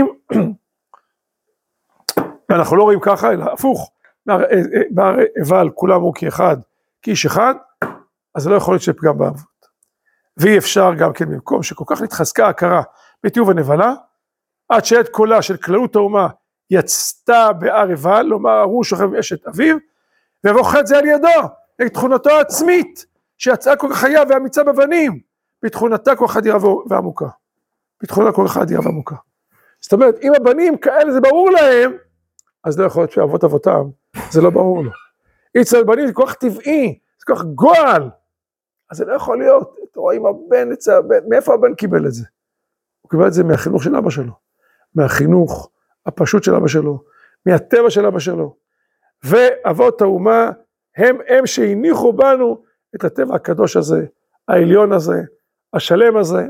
ואנחנו לא רואים ככה, אלא הפוך, אבל כולם הוא כאחד, כאיש אחד, אז זה לא יכול להיות שפגם באבות. ואי אפשר גם כן במקום שכל כך נתחזקה ההכרה בתיעוב הנבלה, עד שאת קולה של כללות האומה יצתה בהר עיבל, לומר ארור שוכב אשת אביו, ויבוא חטא על ידו, את תכונתו העצמית, שיצאה כל כך חיה ואמיצה בבנים, בתכונתה כל כך אדירה ועמוקה. בתכונה כל כך אדירה ועמוקה. זאת אומרת, אם הבנים כאלה זה ברור להם, אז לא יכול להיות שאבות אבותם, זה לא ברור לו. אצל בנים זה כל כך טבעי, זה כל כך גועל, אז זה לא יכול להיות. אתה רואה עם הבן, מאיפה הבן קיבל את זה? הוא קיבל את זה מהחינוך של אבא שלו, מהחינוך הפשוט של אבא שלו, מהטבע של אבא שלו. ואבות האומה הם שהניחו בנו את הטבע הקדוש הזה, העליון הזה, השלם הזה,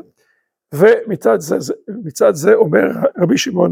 ומצד זה אומר רבי שמעון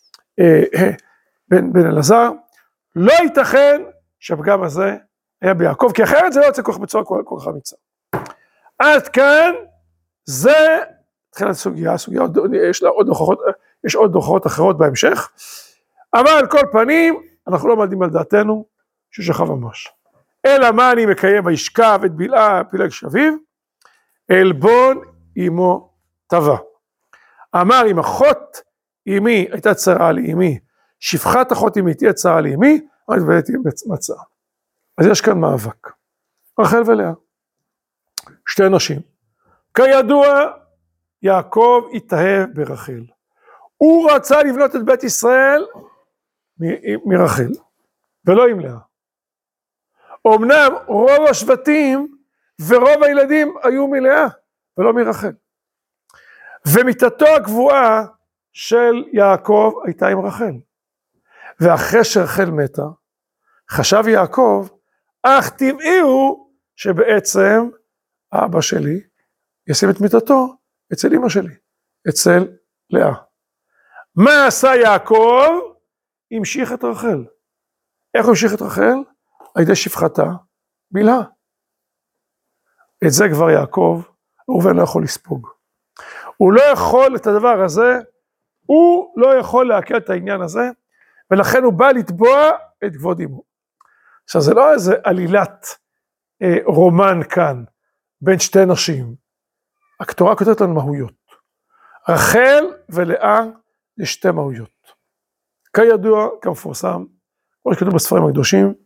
בן אלעזר, לא ייתכן שהפגם הזה היה ביעקב, כי אחרת זה לא יוצא כוח בצורה כל כך אמיצה. עד כאן זה תחילת הסוגיה, יש לה עוד הוכחות, יש עוד הוכחות אחרות בהמשך, אבל על כל פנים אנחנו לא מעדים על דעתנו ששכב ממש. אלא מה אני מקיים וישכב את בלעה פילג שביב, עלבון אמו טבע. אמר אם אחות אמי הייתה צרה לאמי, שפחת אחות אמי תהיה צרה לאמי, אז תהיה מצה. אז יש כאן מאבק. רחל ולאה, שתי נשים. כידוע, יעקב התאהב ברחל. הוא רצה לבנות את בית ישראל מרחל, ולא עם לאה. אמנם רוב השבטים ורוב הילדים היו מלאה, ולא מרחל. ומיתתו הקבועה של יעקב הייתה עם רחל. ואחרי שרחל מתה, חשב יעקב, אך טבעי הוא שבעצם האבא שלי ישים את מיתתו אצל אמא שלי, אצל לאה. מה עשה יעקב? המשיך את רחל. איך הוא המשיך את רחל? על ידי שפחתה בלהה. את זה כבר יעקב, ראובן לא יכול לספוג. הוא לא יכול את הדבר הזה, הוא לא יכול להקל את העניין הזה, ולכן הוא בא לתבוע את כבוד אמו. עכשיו זה לא איזה עלילת רומן כאן, בין שתי נשים. התורה כותבת לנו מהויות. רחל ולאה יש שתי מהויות. כידוע, כמפורסם, כמו שכתוב בספרים הקדושים,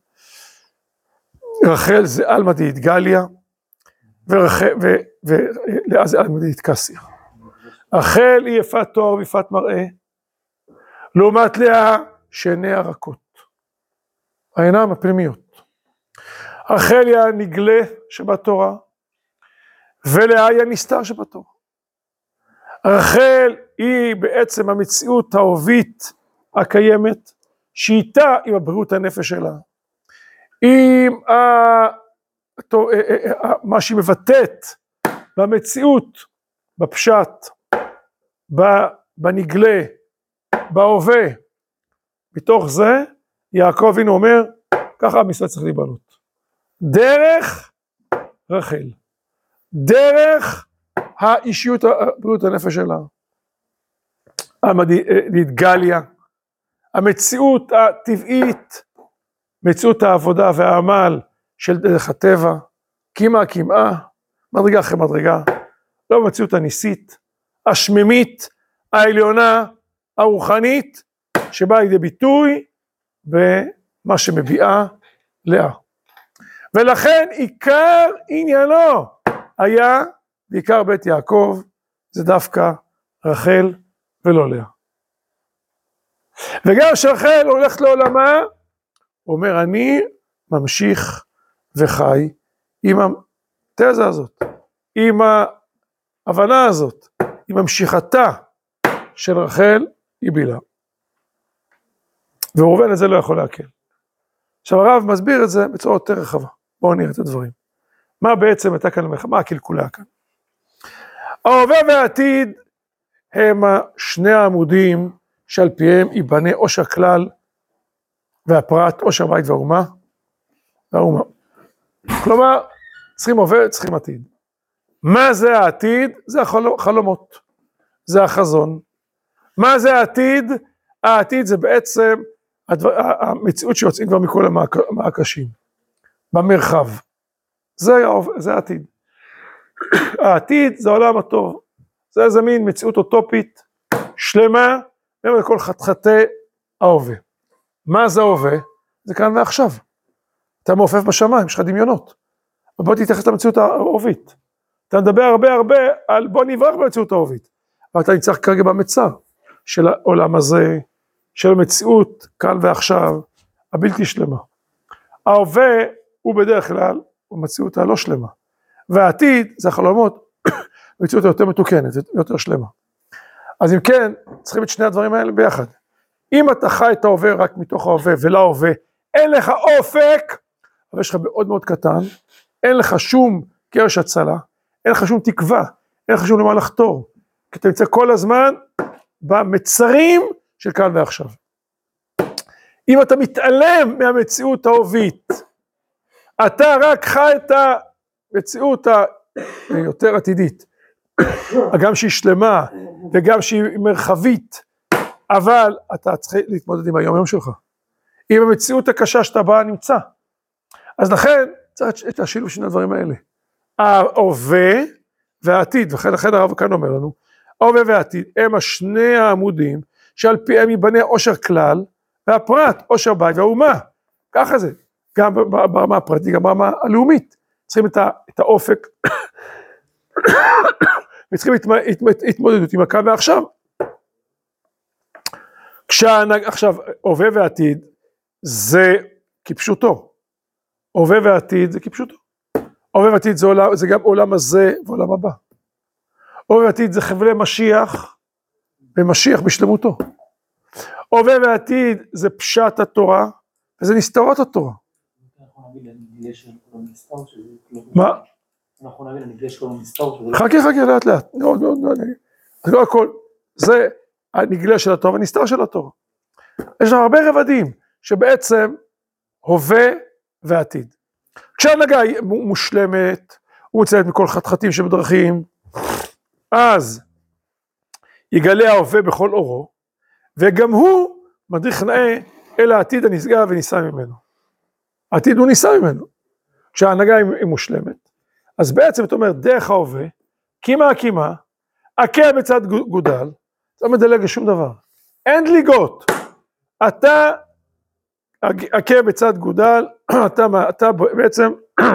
רחל זה עלמא דאיתגליה, ולאה זה עלמא דאיתקסיה. רחל היא יפת תואר ויפת מראה, לעומת לאה שעיניה רכות, העיניים הפנימיות. רחל היא הנגלה שבתורה, ולאה היא הנסתר שבתורה. רחל היא בעצם המציאות האהובית הקיימת, שאיתה עם הבריאות הנפש שלה, עם מה שהיא מבטאת במציאות, בפשט, בנגלה, בהווה. מתוך זה יעקב הנה אומר, ככה עם ישראל צריך להיבנות. דרך רחל, דרך האישיות, בריאות הנפש שלה, דאיתגליה, המציאות הטבעית, מציאות העבודה והעמל של דרך הטבע, כמעה, מדרגה אחרי מדרגה, לא במציאות הניסית, השמימית, העליונה, הרוחנית, שבאה לידי ביטוי במה שמביאה לאה. ולכן עיקר עניינו היה, בעיקר בית יעקב, זה דווקא רחל ולא לאה. וגם כשרחל הולכת לעולמה, הוא אומר, אני ממשיך וחי עם התזה הזאת, עם ההבנה הזאת, עם המשיכתה של רחל היא בלהה. וראובן את זה לא יכול להקל. עכשיו הרב מסביר את זה בצורה יותר רחבה. בואו נראה את הדברים. מה בעצם הייתה כאן המלחמה? מה הקלקולה כאן? ההווה והעתיד הם שני העמודים שעל פיהם ייבנה עושר הכלל והפרט, עושר הבית והאומה. כלומר, צריכים הווה, צריכים עתיד. מה זה העתיד? זה החלומות. זה החזון. מה זה העתיד? העתיד זה בעצם המציאות שיוצאים כבר מכל המעקשים. במרחב. זה העתיד. העתיד זה העולם הטוב. זה איזה מין מציאות אוטופית, שלמה, מעבר לכל חתחתי ההווה. מה זה ההווה? זה כאן ועכשיו. אתה מעופף בשמיים, יש לך דמיונות. ובוא תתייחס למציאות ההווית. אתה מדבר הרבה על בוא נברח במציאות ההווית. אבל אתה נצטרך כרגע במצר של העולם הזה, של המציאות כאן ועכשיו, הבלתי שלמה. ההווה הוא בדרך כלל המציאות הלא שלמה. והעתיד זה החלומות, המציאות היותר מתוקנת, יותר שלמה. אז אם כן, צריכים את שני הדברים האלה ביחד. אם אתה חי את ההווה רק מתוך ההווה ולהווה, אין לך אופק, אבל יש לך מאוד מאוד קטן, אין לך שום קרש הצלה, אין לך שום תקווה, אין לך שום למה לחתור, כי אתה נמצא כל הזמן במצרים של כאן ועכשיו. אם אתה מתעלם מהמציאות ההווית, אתה רק חי את המציאות היותר עתידית, גם שהיא שלמה וגם שהיא מרחבית, אבל אתה צריך להתמודד עם היום שלך, עם המציאות הקשה שאתה בה נמצא. אז לכן צריך את השילוב של הדברים האלה, ההווה והעתיד, לכן הרב כאן אומר לנו, ההווה והעתיד הם השני העמודים שעל פיהם ייבנה עושר כלל והפרט, עושר בית והאומה. ככה זה, גם ברמה הפרטית, גם ברמה הלאומית. צריכים את האופק, וצריכים התמודדות עם הכאן ועכשיו. עכשיו, הווה ועתיד זה כפשוטו. הווה ועתיד זה כפשוטו. הווה ועתיד זה גם עולם הזה ועולם הבא. הווה ועתיד זה חבלי משיח, ומשיח בשלמותו. הווה ועתיד זה פשט התורה, וזה נסתרות התורה. מה? אנחנו נבין, אני גאה שקוראים מסתור. חכה לאט לאט. אז לא הכל, זה הנגלה של התורה ונסתר של התורה. יש לנו הרבה רבדים שבעצם הווה ועתיד. כשהנהגה היא מושלמת, הוא מוצאת מכל חתחתים שבדרכים, אז יגלה ההווה בכל אורו, וגם הוא מדריך נאה אל העתיד הנשגב וניסה ממנו. העתיד הוא ניסה ממנו. כשההנהגה היא מושלמת, אז בעצם אתה אומר דרך ההווה, קימה, עקה בצד גודל, אתה מדלג לשום דבר. אין דליגות. אתה עקה בצד גודל, אתה בעצם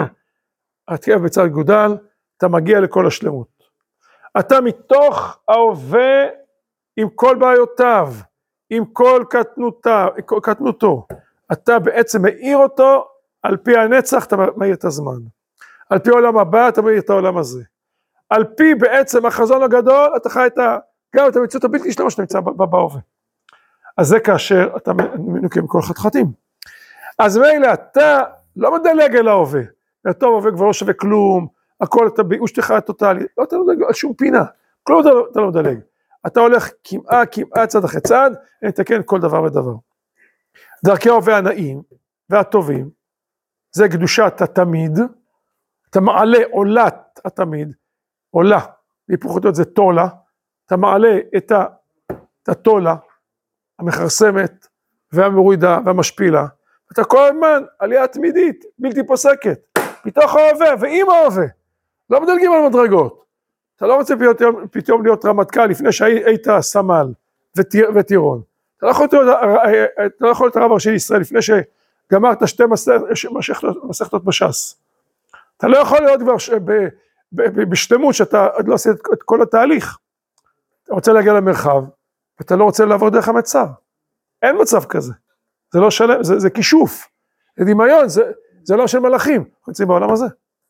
עקה בצד גודל, אתה מגיע לכל השלמות. אתה מתוך ההווה עם כל בעיותיו, עם כל קטנותו, אתה בעצם מאיר אותו, על פי הנצח אתה מאיר את הזמן. על פי העולם הבא אתה מאיר את העולם הזה. על פי בעצם החזון הגדול, אתה חי גם את המציאות הבלתי שלמה שאתה נמצא בהווה. אז זה כאשר אתה מנוקה מכל חתחתים. אז מילא אתה לא מדלג אל ההווה, אותו ההווה כבר לא שווה כלום, הכל אתה באושתך הטוטלי, לא אתה לא מדלג על שום פינה, כלום אתה לא מדלג. אתה הולך כמעט צד אחרי צד, ונתקן כל דבר ודבר. דרכי ההווה הנעים והטובים, זה קדושת התמיד, אתה מעלה עולת התמיד, עולה, בהיפוך אותיות זה תולה, אתה מעלה את התולה, המחרסמת והמורידה והמשפילה, אתה כל הזמן עלייה תמידית, בלתי פוסקת, מתוך ההווה ועם ההווה, לא מדלגים על מדרגות, אתה לא רוצה פתאום להיות רמטכ"ל לפני שהיית סמל וטירון, אתה לא יכול להיות הרב הראשי לישראל לפני שגמרת שתי מסכתות בש"ס, אתה לא יכול להיות כבר בשלמות שאתה עוד לא עשית את כל התהליך, אתה רוצה להגיע למרחב, ואתה לא רוצה לעבור דרך המצר, אין מצב כזה, זה לא שלם, זה כישוף, זה דמיון, זה לא של מלאכים, אנחנו נמצאים בעולם הזה.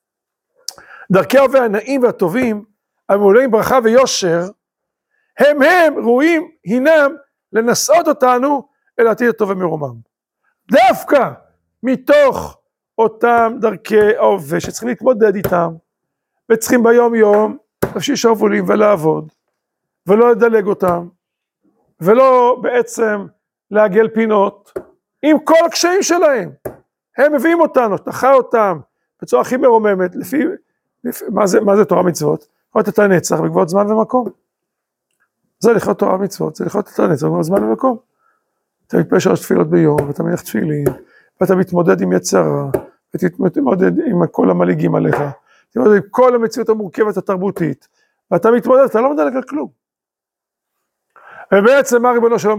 דרכי ההווה הנעים והטובים, המעולים ברכה ויושר, הם ראויים הינם לנסות אותנו אל העתיד הטוב ומרומם. דווקא מתוך אותם דרכי ההווה שצריכים להתמודד איתם, וצריכים ביום יום להפשיל שרוולים ולעבוד, ולא לדלג אותם, ולא בעצם לעגל פינות, עם כל הקשיים שלהם. הם מביאים אותנו, תחה אותם בצורה הכי מרוממת, לפי מה זה תורה מצוות? לחיות את הנצח בגבולות זמן ומקום. זה לחיות תורה מצוות, זה לחיות את הנצח בגבולות זמן ומקום. אתה מתפלל 3 תפילות ביום, ואתה מניח תפילין, ואתה מתמודד עם יצר רע, ותתמודד עם כל המלעיגים עליך, תתמודד עם כל המציאות המורכבת התרבותית, ואתה מתמודד, אתה לא מדלג על כלום. ובעצם מה ריבונו שלום,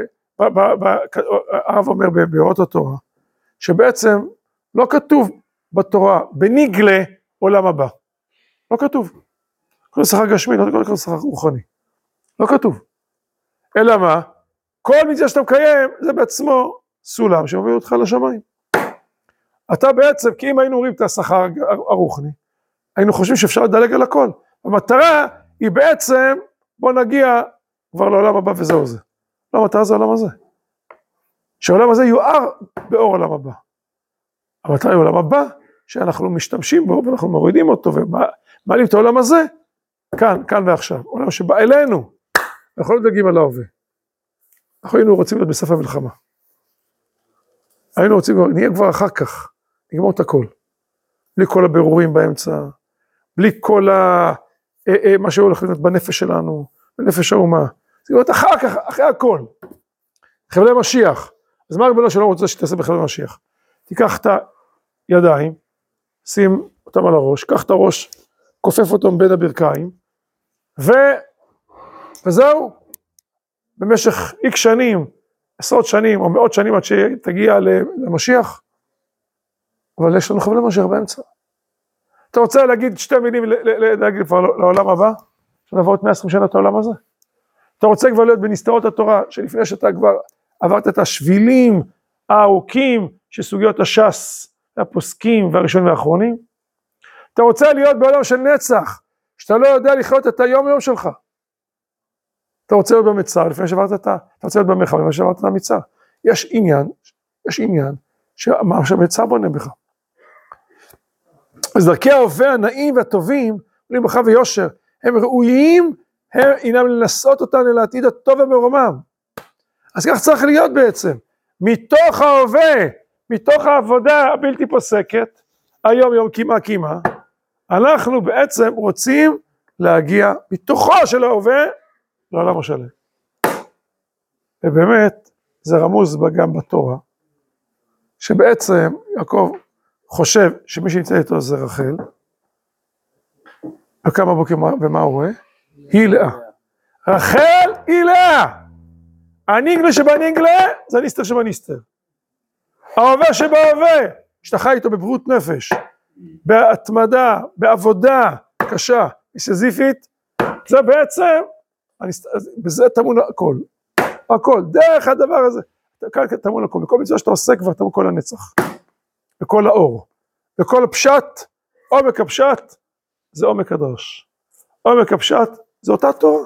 הרב אומר באורות התורה, שבעצם לא כתוב בתורה, בניגלה עולם הבא. לא כתוב. כל שכר גשמי, לא כל שכר רוחני. לא כתוב. אלא מה? כל מצווה שאתה מקיים, זה בעצמו סולם שמוביל אותך לשמיים. אתה בעצם, כי אם היינו רואים את השכר הרוחני, היינו חושבים שאפשר לדלג על הכל. המטרה היא בעצם, בוא נגיע כבר לעולם הבא וזהו זה. לא, המטרה זה העולם הזה. שהעולם הזה יואר באור העולם הבא. המטרה היא העולם הבא, שאנחנו משתמשים בו, ואנחנו מורידים אותו, ומעלים את העולם הזה, כאן ועכשיו. עולם שבא אלינו, אנחנו לא דגים על ההווה. אנחנו היינו רוצים להיות בסף המלחמה. היינו רוצים, נהיה כבר אחר כך, נגמור את הכל. בלי כל הבירורים באמצע, בלי כל מה שהולך להיות בנפש שלנו, בנפש האומה. זה להיות אחר כך, אחרי הכל. חבלי משיח. אז מה ריבונו שלום רוצה שתעשה בחבלי משיח? תיקח את הידיים, שים אותם על הראש, קח את הראש, כופף אותם בין הברכיים, וזהו. במשך X שנים, 10 שנים או 100 שנים עד שתגיע למשיח, אבל יש לנו חבלי משיח באמצע. אתה רוצה להגיד 2 מילים, להגיד כבר לעולם הבא, שנעבור את 120 שנה את העולם הזה? אתה רוצה כבר להיות בנסתרות התורה, שלפני שאתה כבר עברת את השבילים הארוכים של סוגיות הש"ס, הפוסקים והראשונים והאחרונים? אתה רוצה להיות בעולם של נצח, שאתה לא יודע לחיות את היום יום שלך. אתה רוצה להיות במצר לפני שעברת אתה רוצה להיות במרחב לפני שעברת את המצר. יש עניין שהמצר בונה בך. אז דרכי ההווה הנעים והטובים, עולים בך ויושר, הם ראויים, הם אינם לנסות אותנו לעתיד הטוב ומרומם. אז כך צריך להיות בעצם, מתוך ההווה, מתוך העבודה הבלתי פוסקת, היום יום קימה, אנחנו בעצם רוצים להגיע מתוכו של ההווה, לעולם השלם. ובאמת, זה רמוז גם בתורה, שבעצם יעקב חושב שמי שנמצא איתו זה רחל, וקם בבוקר ומה הוא רואה? היא לאה. רחל היא לאה. הניגלה שבניגלה זה הנסתר שבנסתר. ההווה שבהווה, שאתה חי איתו בבריאות נפש, בהתמדה, בעבודה קשה, סיזיפית, זה בעצם, בזה טמון הכל, דרך הדבר הזה, כאן טמון הכל, בכל מצווה שאתה עושה כבר טמון כל הנצח, וכל האור, וכל הפשט, עומק הפשט, זה עומק הדרש, עומק הפשט, זה אותה תורה,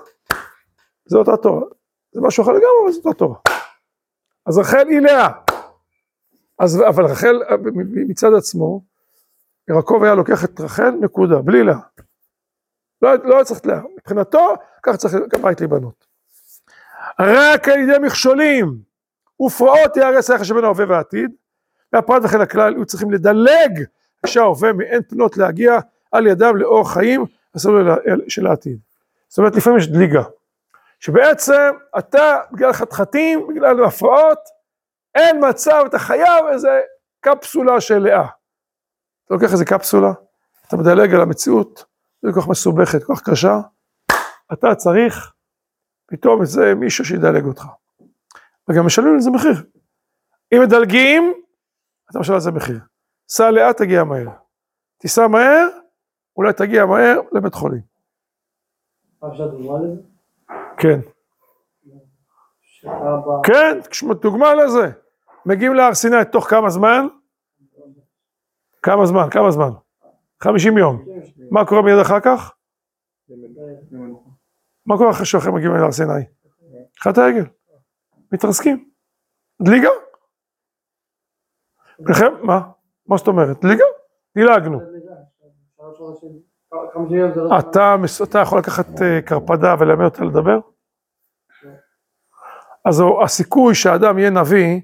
זה משהו אחר לגמרי, אבל זה אותה תורה. אז רחל היא לאה, אבל רחל מצד עצמו, יעקב היה לוקח את רחל נקודה, בלי לאה. לא צריך לאה, מבחינתו, כך צריך בית להיבנות. רק על ידי מכשולים ופרעות יהרס היחס שבין ההווה והעתיד, והפרט וכן הכלל היו צריכים לדלג כשההווה מאין פנות להגיע על ידיו לאור חיים של העתיד. זאת אומרת, לפעמים יש דליגה, שבעצם אתה, בגלל חתחתים, בגלל הפרעות, אין מצב, אתה חייב איזה קפסולה של לאה. אתה לוקח איזה קפסולה, אתה מדלג על המציאות, זה כל כך מסובכת, כל כך קשה, אתה צריך פתאום איזה מישהו שידלג אותך. וגם משלמים לזה מחיר. אם מדלגים, אתה משלם לזה מחיר. סע לאט, תגיע מהר. תיסע מהר, אולי תגיע מהר לבית חולים. אפשר דוגמה לזה? כן. כן, דוגמה לזה. מגיעים להר סיני תוך כמה זמן? כמה זמן? 50 יום. מה קורה מיד אחר כך? מה קורה אחרי שאחרי מגיעים להר סיני? חת העגל. מתרסקים. דליגה? מה זאת אומרת? דליגה? דילגנו. אתה יכול לקחת קרפדה וללמד אותה לדבר? אז הסיכוי שהאדם יהיה נביא,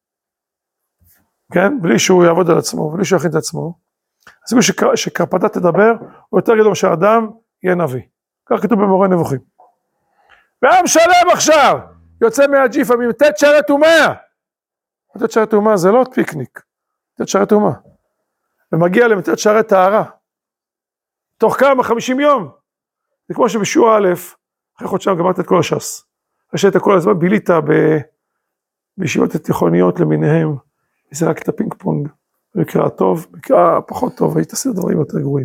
כן? בלי שהוא יעבוד על עצמו, בלי שהוא יכין את עצמו, הסיכוי שקרפדה תדבר, הוא יותר גדול שהאדם יהיה נביא. כך כתוב במורה נבוכים. ועם שלם עכשיו, יוצא מהג'יפה, ממתת שערי טומאה. מתת שערי טומאה זה לא פיקניק, מתת שערי טומאה. ומגיע למתת שערי טהרה. תוך כמה? 50 יום. זה כמו שבשיעור א', אחרי חודשיים גמרת את כל הש"ס. אחרי שהיית כל הזמן בילית בישיבות התיכוניות למיניהם, זה רק את הפינג פונג. במקרה טוב, במקרה פחות טוב, היית עושה דברים יותר גרועים.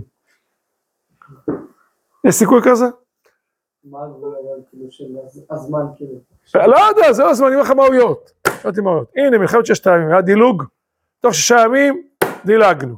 יש סיכוי כזה? מה הגבול אבל כאילו של הזמן כאילו? לא יודע, זה לא הזמן, אני אומר לך מהויות. הנה, מלחמת 6 ימים, היה דילוג, תוך 6 ימים, דילגנו.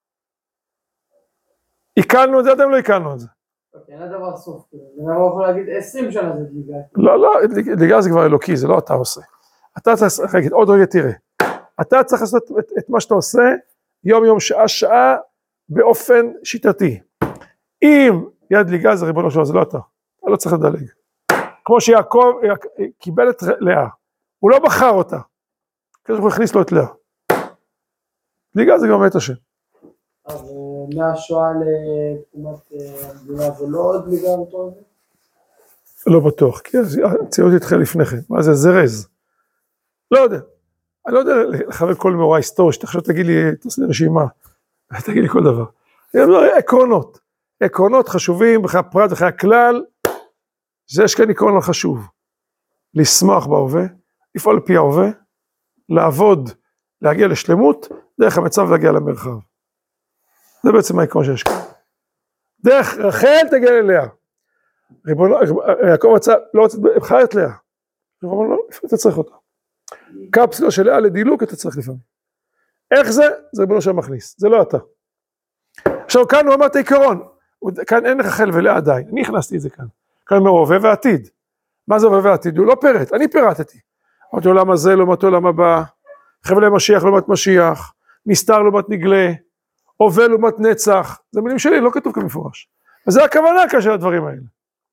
עיקלנו את זה, אתם לא עיקלנו את זה. אין הדבר סוף, כאילו. אני לא יכול להגיד 20 שנה זה דליגה. לא, דליגה זה כבר אלוקי, זה לא אתה עושה. אתה צריך להגיד, עוד רגע תראה. אתה צריך לעשות את מה שאתה עושה, יום יום, שעה שעה, באופן שיטתי. אם יד דליגה זה ריבונו שלו, זה לא אתה. אתה לא צריך לדלג. כמו שיעקב קיבל את לאה. הוא לא בחר אותה. כדי שהוא הכניס לו את לאה. דליגה זה גם את השם. אז מהשואה לתקומת המדינה זה לא עוד דליגה אותו הזה? לא בטוח, כי הציונות התחיל לפני כן. מה זה? זרז. לא יודע. אני לא יודע לחבר כל מאורע היסטורי, שתחשוב תגיד לי, תעשה לי רשימה, תגיד לי כל דבר. עקרונות. עקרונות חשובים בחיי הפרט ובחיי הכלל, יש כאן עקרון חשוב. לשמוח בהווה, לפעול לפי ההווה, לעבוד, להגיע לשלמות, דרך המצב להגיע למרחב. זה בעצם העקרון שיש כאן. דרך רחל תגיע ללאה. יעקב רצה, לא רוצה, בחר את לאה. רבון לא, לפעמים אתה צריך אותה. קפסולה של לאה לדילוק אתה צריך לפעמים. איך זה? זה ריבונו שם מכניס, זה לא אתה. עכשיו כאן הוא אמר את העיקרון, כאן אין לך רחל ולאה עדיין, אני הכנסתי את זה כאן. כאן אומר הווה ועתיד. מה זה הווה ועתיד? הוא לא פירט, אני פירטתי. אמרתי עולם הזה לעומת עולם הבא, חבלי משיח לעומת משיח, נסתר לעומת נגלה, הווה לעומת נצח, זה מילים שלי, לא כתוב כמפורש. וזה הכוונה כאן של הדברים האלה.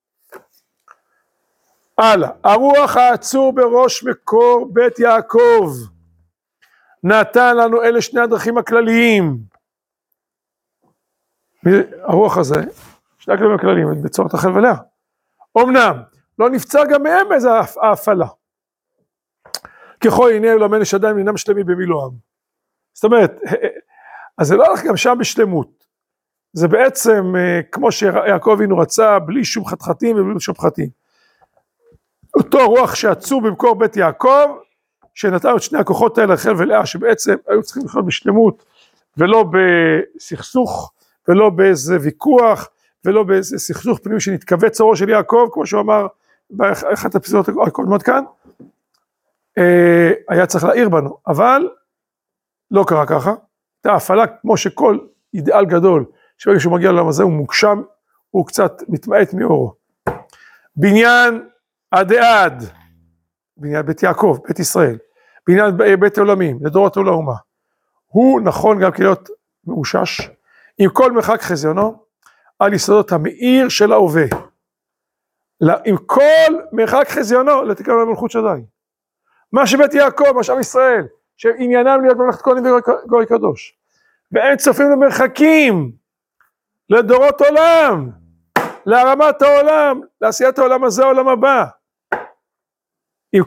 הלאה, הרוח העצור בראש מקור בית יעקב, נתן לנו אלה שני הדרכים הכלליים. הרוח הזה, שני הכללים הכלליים, בצורת רחל ולאה. אמנם, לא נפצע גם מהם איזה ההפעלה. ככל הנה ולמן יש עדיין אינם שלמים במילואם. זאת אומרת, אז זה לא הולך גם שם בשלמות. זה בעצם כמו שיעקב אבינו רצה, בלי שום חתחתים ובלי שום פחתים. אותו רוח שעצור במקור בית יעקב, שנתן את שני הכוחות האלה, רחל ולאה, שבעצם היו צריכים לחיות בשלמות, ולא בסכסוך, ולא באיזה ויכוח, ולא באיזה סכסוך פנימי שנתכווץ אורו של יעקב, כמו שהוא אמר באחת האפיזודות הקודמות כאן, היה צריך להעיר בנו, אבל לא קרה ככה, הייתה הפעלה כמו שכל אידאל גדול, שברגע שהוא מגיע לעולם הזה הוא מוגשם, הוא קצת מתמעט מאורו. בניין עד עד, בניין בית יעקב, בית ישראל, בניין בית העולמים, לדורות עול האומה, הוא נכון גם להיות מאושש, עם כל מרחק חזיונו, על יסודות המאיר של ההווה, עם כל מרחק חזיונו, לתקן למלכות שדי. מה שבית יעקב, מה שעם ישראל, שעניינם להיות ממלכת כהנים וגוי קדוש, ואין צופים למרחקים, לדורות עולם, להרמת העולם, לעשיית העולם הזה, העולם הבא. עם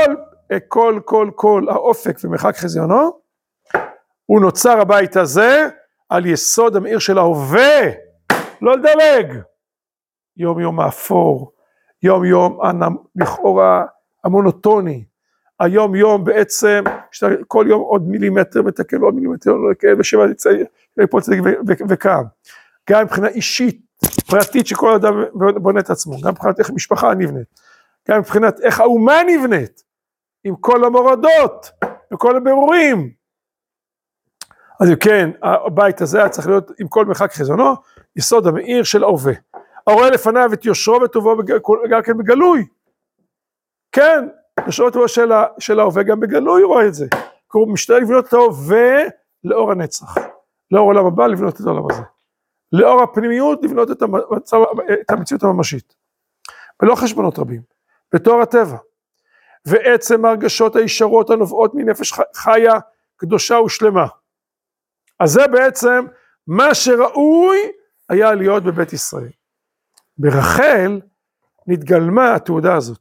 כל האופק ומרחק חזיונו, הוא נוצר הבית הזה, על יסוד המאיר של ההווה, לא לדלג. יום יום האפור, יום יום לכאורה המונוטוני, היום יום בעצם, כל יום עוד מילימטר מתקן, עוד מילימטר לא יקל, ושבע וקם. גם מבחינה אישית, פרטית שכל אדם בונה את עצמו, גם מבחינת איך משפחה נבנית, גם מבחינת איך האומה נבנית, עם כל המורדות וכל הבירורים. אז כן, הבית הזה היה צריך להיות עם כל מרחק חזונו, יסוד המאיר של ההווה. הרואה לפניו את יושרו וטובו גם כן בגלוי. כן, לשעות של ההווה, גם בגלוי רואה את זה. הוא משתדל לבנות את ההווה לאור הנצח. לאור עולם הבא, לבנות את העולם הזה. לאור הפנימיות, לבנות את המציאות הממשית. ולא חשבונות רבים, בתור הטבע. ועצם ההרגשות הישרות הנובעות מנפש חיה, קדושה ושלמה. אז זה בעצם מה שראוי היה להיות בבית ישראל. ברחל נתגלמה התעודה הזאת.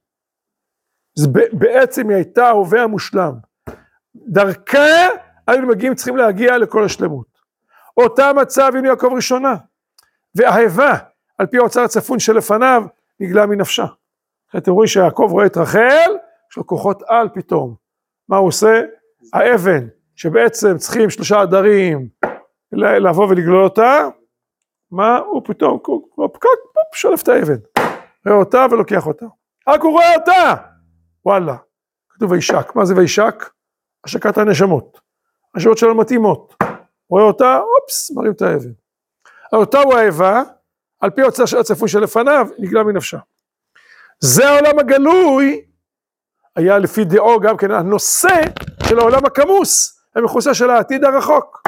בעצם היא הייתה ההווה המושלם. דרכה היינו מגיעים, צריכים להגיע לכל השלמות. אותה מצב הנה יעקב ראשונה. והאהבה, על פי האוצר הצפון שלפניו, נגלה מנפשה. אתם רואים שיעקב רואה את רחל, יש לו כוחות על פתאום. מה הוא עושה? האבן, שבעצם צריכים 3 עדרים, לבוא ולגלול אותה, מה הוא פתאום, שולף את האבן. רואה אותה ולוקח אותה. רק הוא רואה אותה! וואלה. כתוב וישק. מה זה וישק? השקת הנשמות. השעות שלו מתאימות. רואה אותה, אופס, מרים את האבן. אותה הוא האהבה, על פי האוצר של הצפוי שלפניו, נגלה מנפשה. זה העולם הגלוי, היה לפי דעו גם כן הנושא של העולם הכמוס, המכוסה של העתיד הרחוק.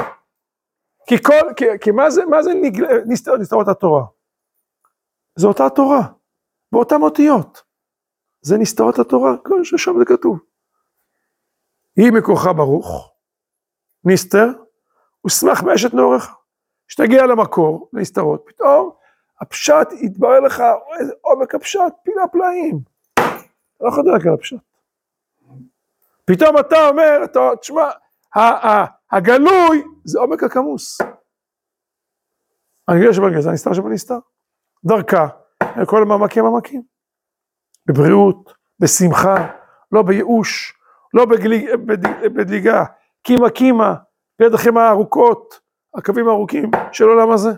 כי מה זה נסתרות התורה? זה אותה התורה, באותן אותיות. זה נסתרות התורה, ששם זה כתוב. היא מקוחה ברוך, נסתר, ושמח באשת נעורך. שתגיע למקור, נסתרות, פתאום הפשט יתברר לך, איזה עומק הפשט, פילה פלאים. אתה לא חושב על הפשט. פתאום אתה אומר, תשמע, הגלוי זה עומק הכמוס. אני יודע שבגלל זה נסתר שבנסתר. דרכה, כל המעמקים. בבריאות, בשמחה, לא בייאוש, לא בדליגה, קימה, בידכם הארוכות, הקווים הארוכים של עולם הזה.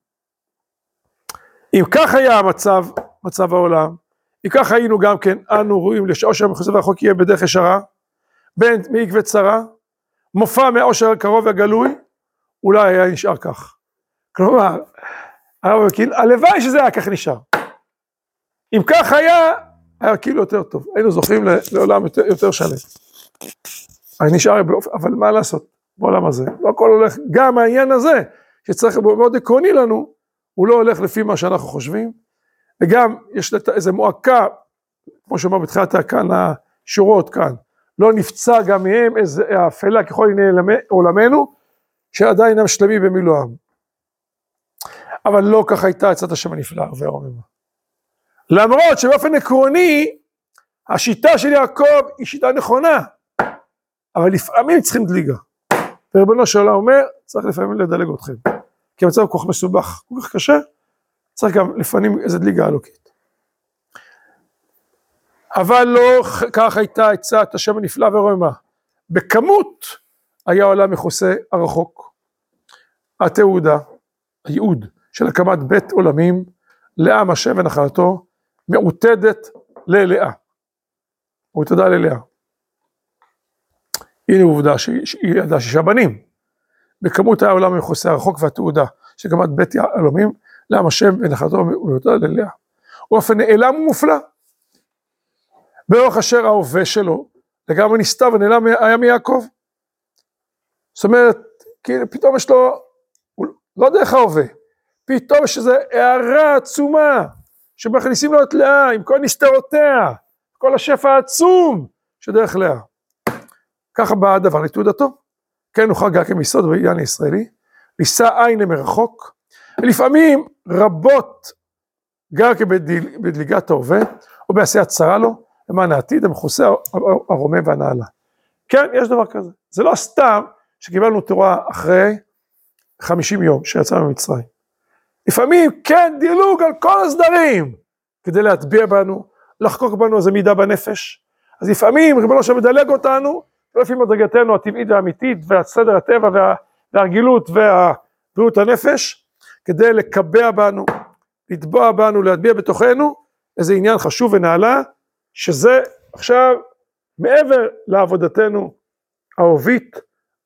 אם כך היה מצב העולם, אם כך היינו גם כן, אנו רואים לשעושר המחוזה והחוק יהיה בדרך ישרה, בין מעקבי צרה, מופע מהעושר הקרוב והגלוי, אולי היה נשאר כך. כלומר, הלוואי שזה היה כך נשאר. אם כך היה כאילו יותר טוב, היינו זוכים לעולם יותר שלם. נשאר באופן, אבל מה לעשות בעולם הזה? לא הכל הולך, גם העניין הזה, שצריך מאוד עקרוני לנו, הוא לא הולך לפי מה שאנחנו חושבים, וגם יש איזו מועקה, כמו שאומר בתחילת כאן, השורות כאן, לא נפצע גם מהם איזו אפלה ככל הנה עולמנו, שעדיין הם שלמים במילואם. אבל לא כך הייתה עצת השם הנפלאה והרוממה. למרות שבאופן עקרוני, השיטה של יעקב היא שיטה נכונה, אבל לפעמים צריכים דליגה. ורבנו של עולם אומר, צריך לפעמים לדלג אתכם. כי המצב כל כך מסובך, כל כך קשה, צריך גם לפעמים איזו דליגה אלוקית. אבל לא כך הייתה עצת השם הנפלאה והרוממה. בכמות היה עולם מכוסה הרחוק. התעודה, הייעוד של הקמת בית עולמים, לעם השם ונחלתו, מעוטדת ללאה. מעוטדה ללאה. הנה עובדה שהיא ידעה 6 בנים. בכמות העולם המכוסה הרחוק והתעודה של הקמת בית עולמים, לעם השם ונחלתו מעוטדה ללאה. הוא אופן נעלם ומופלא. באורך אשר ההווה שלו, לגמרי נסתר ונעלם היה מיעקב. זאת אומרת, כי פתאום יש לו, לא דרך ההווה, פתאום יש איזו הערה עצומה, שמכניסים לו את לאה, עם כל נסתרותיה, כל השפע העצום, שדרך לאה. ככה בא הדבר לתעודתו. כן נוכל גם כמיסוד בעניין הישראלי, לישא עין מרחוק, ולפעמים רבות, גם כבדליגת ההווה, או בעשיית צרה לו, למען העתיד המכוסה הרומם והנעלה. כן, יש דבר כזה. זה לא סתם שקיבלנו תורה אחרי 50 יום שיצאנו ממצרים. לפעמים כן דילוג על כל הסדרים, כדי להטביע בנו, לחקוק בנו איזה מידה בנפש. אז לפעמים ריבונו שם מדלג אותנו, לפי מדרגתנו הטבעית והאמיתית, והסדר הטבע והרגילות והבריאות הנפש, כדי לקבע בנו, לטבוע בנו, להטביע בתוכנו, איזה עניין חשוב ונעלה, שזה עכשיו מעבר לעבודתנו האהובית,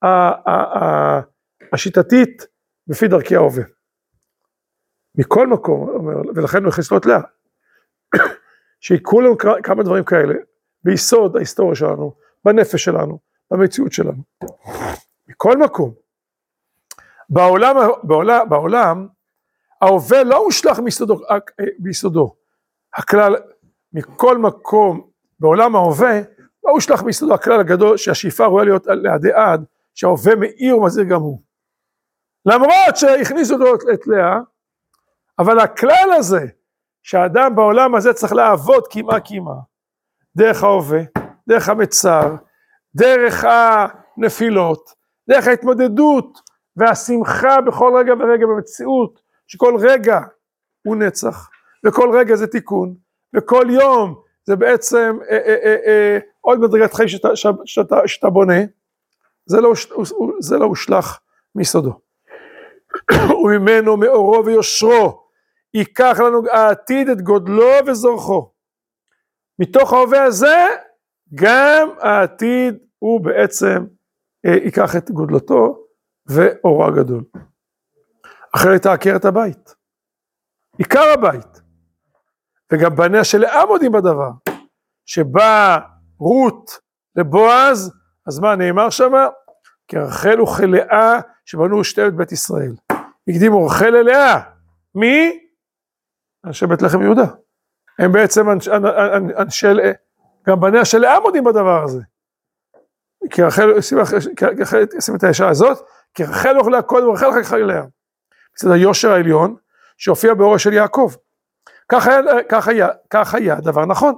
השיטתית, בפי דרכי ההווה. מכל מקום, ולכן הוא הכניס לו את לאה, שיקרו לנו כמה דברים כאלה, ביסוד ההיסטוריה שלנו, בנפש שלנו, במציאות שלנו. מכל מקום, בעולם, ההווה לא הושלך ביסודו. הכלל, מכל מקום, בעולם ההווה, לא הושלך ביסודו הכלל הגדול, שהשאיפה רואה להיות לעדי עד, שההווה מאיר ומזהיר גם הוא. למרות שהכניסו את לאה, אבל הכלל הזה, שהאדם בעולם הזה צריך לעבוד קימה, דרך ההווה, דרך המצר, דרך הנפילות, דרך ההתמודדות והשמחה בכל רגע ורגע במציאות, שכל רגע הוא נצח, וכל רגע זה תיקון, וכל יום זה בעצם עוד מדרגת חיים שאתה בונה, זה לא הושלך מיסודו. וממנו מאורו ויושרו, ייקח לנו העתיד את גודלו וזורחו. מתוך ההווה הזה, גם העתיד הוא בעצם ייקח את גודלתו ואורו הגדול. אחרת תעקר את הבית. עיקר הבית. וגם בניה של לאה מודים בדבר. שבא רות לבועז, אז מה נאמר שמה? כי רחל וכלאה שבנו שתי בית ישראל. הקדימו רחל ללאה. מי? אנשי בית לחם יהודה. הם בעצם גם בניה של לאה מודים בדבר הזה. כי רחל, שים את הישעה הזאת, כי רחל אוכלה קודם ורחל אחר כך לאה. זה היושר העליון שהופיע באורו של יעקב. כך היה דבר נכון.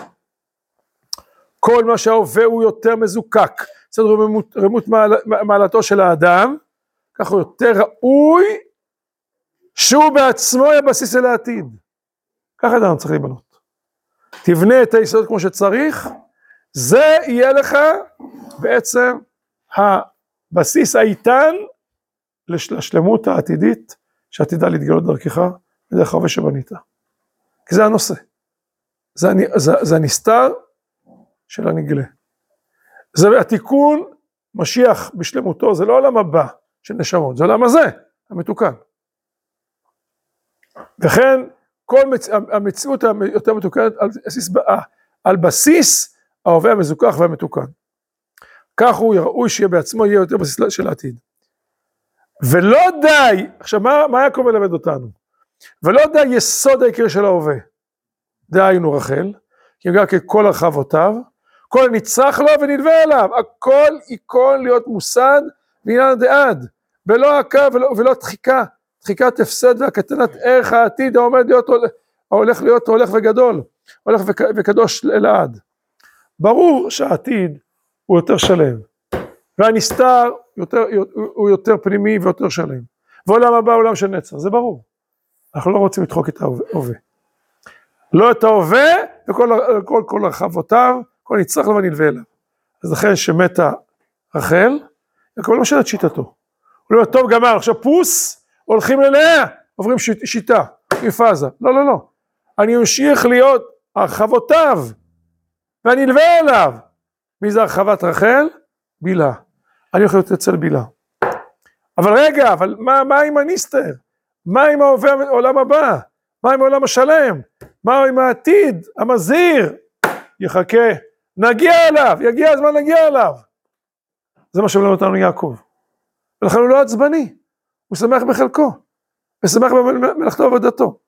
כל מה שההווה הוא יותר מזוקק, בסדר, רמות מעלתו של האדם, כך הוא יותר ראוי, שהוא בעצמו יהיה בסיס אל העתיד. ככה אדם צריך לבנות. תבנה את היסוד כמו שצריך, זה יהיה לך בעצם הבסיס האיתן לשלמות העתידית, שעתידה להתגלות דרכך, בדרך ההווה שבנית. כי זה הנושא. זה הנסתר של הנגלה. זה התיקון משיח בשלמותו, זה לא עולם הבא של נשמות, זה עולם הזה, המתוקן. וכן, כל המציאות היותר מתוקנת על בסיס ההווה המזוכח והמתוקן. כך הוא ראוי שיהיה בעצמו, יהיה יותר בסיס של העתיד. ולא די, עכשיו מה יעקב מלמד אותנו? ולא די יסוד העיקרי של ההווה, דהיינו רחל, כי גם כל הרחבותיו, כל נצרך לו ונלווה אליו, הכל ייכון להיות מוסד ועניין דעד, ולא עקה ולא דחיקה, דחיקת הפסד והקטנת ערך העתיד העומד להיות, הולך להיות הולך וגדול, הולך וקדוש לעד. ברור שהעתיד הוא יותר שלם, והנסתר הוא יותר פנימי ויותר שלם, ועולם הבא הוא עולם של נצח, זה ברור. אנחנו לא רוצים לדחוק את ההווה. לא את ההווה וכל הרחבותיו, כל נצרך לו ונלווה אליו. אז לכן שמתה רחל, יעקב לא משנה את שיטתו. הוא לא טוב גמר, עכשיו פוס, הולכים אליה, עוברים שיטה, מפאזה. לא. אני אמשיך להיות הרחבותיו, והנלווה אליו. מי זה הרחבת רחל? בילה. אני הולך להיות אצל בילה. אבל רגע, מה עם הנסתר? מה עם ההווה העולם הבא? מה עם העולם השלם? מה עם העתיד המזהיר? יחכה, נגיע אליו, יגיע הזמן להגיע אליו. זה מה שמלמד אותנו יעקב. ולכן הוא לא עצבני, הוא שמח בחלקו, ושמח במלאכתו ועבודתו.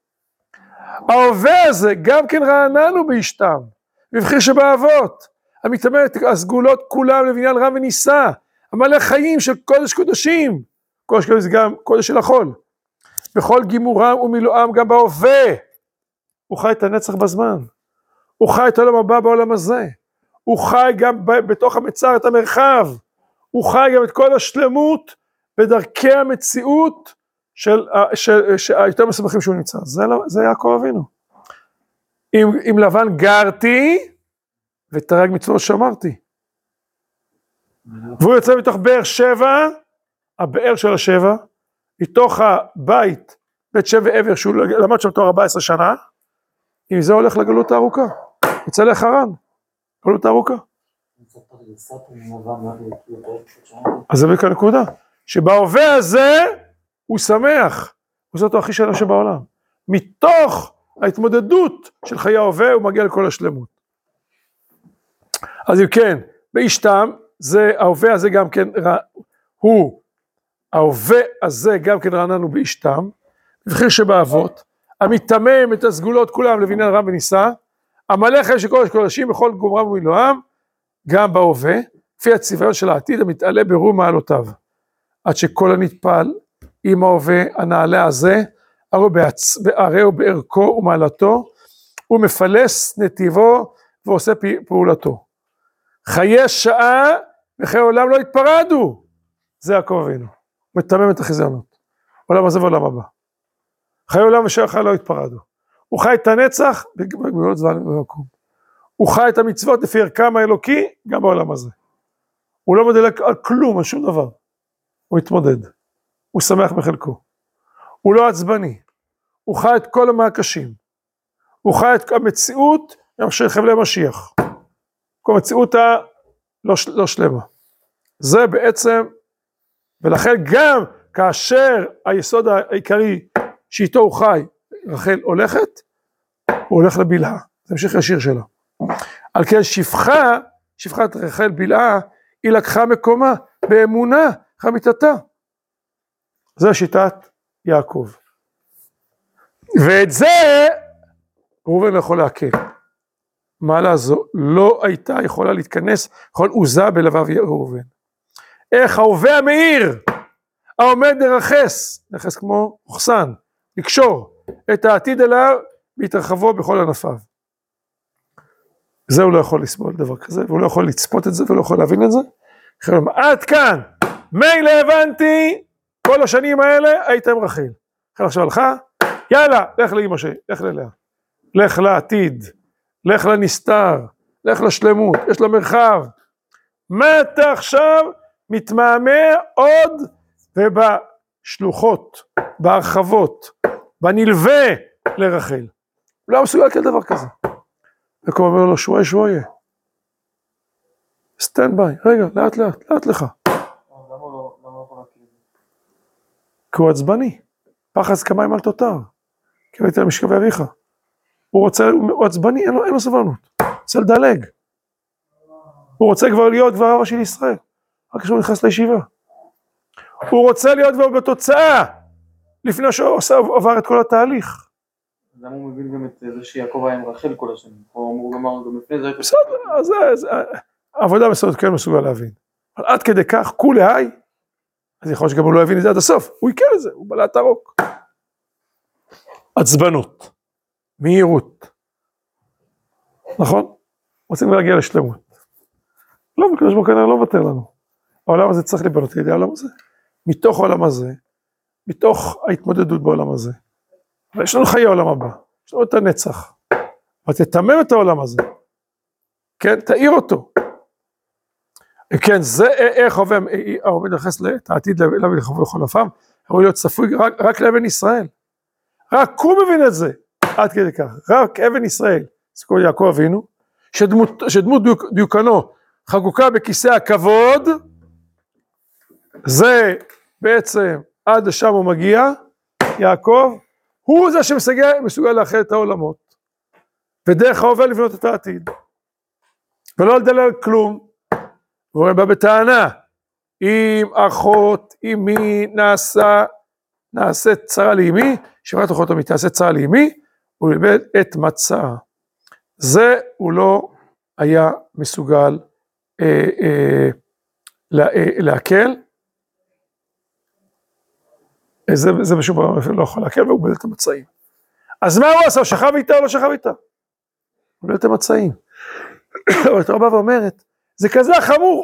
ההווה הזה גם כן רעננו באשתם, בבחיר שבאבות, המתאמנת, הסגולות כולם לבניין רם ונישא, המלא חיים של קודש קודשים, קודש קודש זה גם קודש של החול, בכל גימורם ומילואם גם בהווה, הוא חי את הנצח בזמן, הוא חי את העולם הבא בעולם הזה, הוא חי גם בתוך המצר את המרחב, הוא חי גם את כל השלמות בדרכי המציאות שהיותר מסמכים שהוא נמצא. זה יעקב אבינו. עם לבן גרתי ותרי"ג מצוות שמרתי. והוא יוצא מתוך באר שבע, הבאר של השבע, מתוך הבית, בית שבע עבר, שהוא למד שם תואר 14 שנה, עם זה הולך לגלות הארוכה. יצא לחרן, גלות הארוכה. אז זה בדיוק הנקודה, שבהווה הזה הוא שמח, הוא עושה אותו הכי שלם שבעולם. מתוך ההתמודדות של חיי ההווה הוא מגיע לכל השלמות. אז אם כן, באיש תם, זה ההווה הזה גם כן, ההווה הזה גם כן רענן הוא באיש תם, בבחיר שבאבות, המתמם את הסגולות כולם לבניין רם ונישא, המלך אש קודש קודשים בכל גומרם ומילואם, גם בהווה, לפי הצביון של העתיד המתעלה ברום מעלותיו, עד שכל הנטפל עם ההווה הנעלה הזה, הרי הוא בערכו ומעלתו, הוא מפלס נתיבו ועושה פעולתו. חיי שעה וחיי עולם לא התפרדו, זה יעקב אבינו, מתמם את החזיונות, עולם הזה ועולם הבא. חיי עולם ושעה חי לא התפרדו, הוא חי את הנצח בגבולות זמן ומקום, הוא חי את המצוות לפי ערכם האלוקי גם בעולם הזה, הוא לא מדלק על כלום, על שום דבר, הוא מתמודד, הוא שמח בחלקו, הוא לא עצבני, הוא חי את כל המעקשים, הוא חי את המציאות של חבלי משיח, כל המציאות לא שלמה, זה בעצם, ולכן גם כאשר היסוד העיקרי שאיתו הוא חי, רחל הולכת, הוא הולך לבלהה, זה המשך ישיר שלה. על כן שפחת רחל בלהה, היא לקחה מקומה באמונה, חמיתתה. זה שיטת יעקב. ואת זה ראובן לא יכול להקל. מעלה זו לא הייתה יכולה להתכנס, כל עוזה בלבב ראובן. איך ההווה המאיר, העומד לרחס, לרחס כמו מוחסן, לקשור את העתיד אליו, והתרחבו בכל ענפיו. זה הוא לא יכול לסבול דבר כזה, והוא לא יכול לצפות את זה, ולא יכול להבין את זה. עד כאן, מילא הבנתי, כל השנים האלה הייתם רחל. לכן עכשיו הלכה, יאללה, לך לאמא שלי, לך ללאה. לך לעתיד, לך לנסתר, לך לשלמות, יש לה מרחב. מה אתה עכשיו מתמהמה עוד ובשלוחות, בהרחבות, בנלווה לרחל. הוא לא מסוגל כל דבר כזה. וכמו אומר לו, שוואי, סטנד ביי, רגע, לאט לך. למה הוא לא יכול להקליט? כי הוא עצבני, פחז כמים על תותר, כי ראיתי למשכבי אביך. הוא עצבני, אין לו סבלנות, רוצה לדלג. הוא רוצה כבר להיות כבר אבא של ישראל, רק כשהוא נכנס לישיבה. הוא רוצה להיות כבר בתוצאה, לפני שהוא עבר את כל התהליך. למה הוא מבין גם את זה שיעקב היה עם רחל כל השנים? הוא אמור לומר גם לפני זה... בסדר, אז העבודה בסוד כן מסוגל להבין. אבל עד כדי כך, כולי היי, אז יכול להיות שגם הוא לא יבין את זה עד הסוף. הוא יקר את זה, הוא בלע את הרוק. עצבנות, מהירות. נכון? רוצים להגיע לשלמות. לא, בקדוש ברוך הוא כנראה לא מוותר לנו. העולם הזה צריך לבנות לידי העולם הזה. מתוך העולם הזה, מתוך ההתמודדות בעולם הזה. ויש לנו חיי העולם הבא, יש לנו את הנצח. ותתמם את העולם הזה. כן, תאיר אותו. כן, זה איך העומד לחס את העתיד להביא לחבו בכל הפעם, הוא להיות צפוי רק לאבן ישראל. רק הוא מבין את זה, עד כדי כך. רק אבן ישראל, זה קורא יעקב אבינו, שדמות דיוקנו חגוקה בכיסא הכבוד, זה בעצם עד לשם הוא מגיע, יעקב, הוא זה שמסוגל לאחד את העולמות, ודרך ההווה לבנות את העתיד, ולא לדלל כלום. והוא בא בטענה, אם אחות אמי נעשית צרה לאמי, שברת אחות אמי תעשה צרה לאמי, הוא ילמד את מצאה. זה הוא לא היה מסוגל להקל, זה בשום פעם לא יכול להקל, והוא בדל את המצאים. אז מה הוא עשה? הוא שכב איתה או לא שכב איתה? הוא בדל את המצאים. אבל התורה באה ואומרת, זה כזה חמור,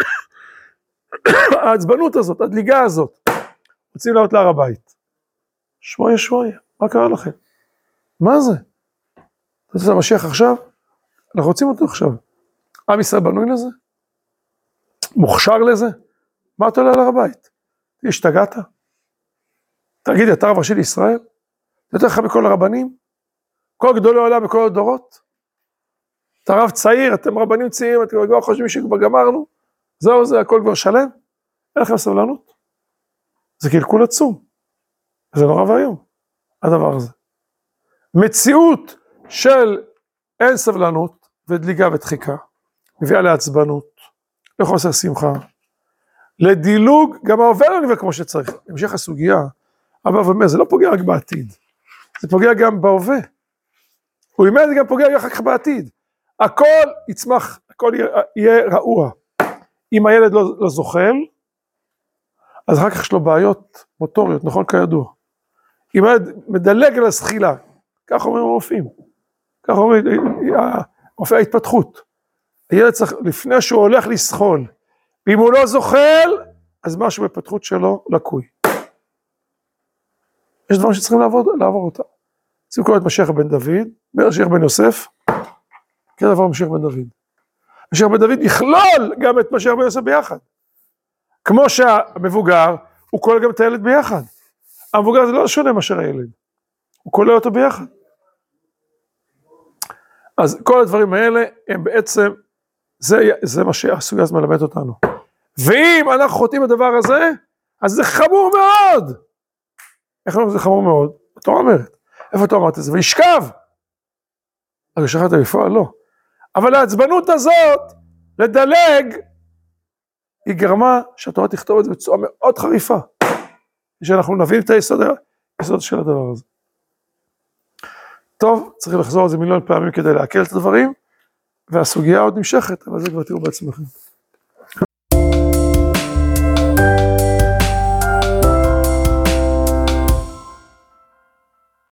העצבנות הזאת, הדליגה הזאת, רוצים לעלות להר הבית. שויה, מה קרה לכם? מה זה? אתה רוצה המשיח עכשיו? אנחנו רוצים אותו עכשיו. עם ישראל בנוי לזה? מוכשר לזה? מה אתה עולה להר הבית? השתגעת? תגידי, אתה רב ראשי לישראל? יותר לך מכל הרבנים? כל גדולי העולם בכל הדורות? אתה רב צעיר, אתם רבנים צעירים, אתם כבר חושבים שכבר גמרנו? זהו זה, הכל כבר שלם? אין לכם סבלנות? זה קלקול עצום. זה נורא והיום, הדבר הזה. מציאות של אין סבלנות ודליגה ודחיקה, מביאה לעצבנות, לחוסר שמחה, לדילוג, גם העובר לא נראה כמו שצריך. המשך הסוגיה, אבל אומר, זה לא פוגע רק בעתיד, זה פוגע גם בהווה. הוא ילמד גם פוגע אחר כך בעתיד. הכל יצמח, הכל יהיה רעוע. אם הילד לא זוחל, אז אחר כך יש לו בעיות מוטוריות, נכון כידוע. אם הילד מדלג על הזחילה, כך אומרים הרופאים, כך אומרים רופאי ההתפתחות. הילד צריך, לפני שהוא הולך לסחול, ואם הוא לא זוחל, אז משהו בהתפתחות שלו לקוי. יש דברים שצריכים לעבור אותם. צריכים לקרוא את משיח בן דוד, משיח בן יוסף, כן דבר משיח בן דוד. משיח בן דוד יכלול גם את משיח בן יוסף ביחד. כמו שהמבוגר, הוא כולל גם את הילד ביחד. המבוגר זה לא שונה מאשר הילד, הוא כולל אותו ביחד. אז כל הדברים האלה הם בעצם, זה מה שהסוגיה הזאת מלמד אותנו. ואם אנחנו חוטאים בדבר הזה, אז זה חמור מאוד. איך אומרים זה חמור מאוד? התורה אומרת. איפה התורה אומרת את זה? וישכב. אז שכבת בפועל? לא. אבל העצבנות הזאת, לדלג, היא גרמה שהתורה תכתוב את זה בצורה מאוד חריפה. שאנחנו נבין את היסוד של הדבר הזה. טוב, צריך לחזור על זה מיליון פעמים כדי להקל את הדברים, והסוגיה עוד נמשכת, אבל זה כבר תראו בעצמכם.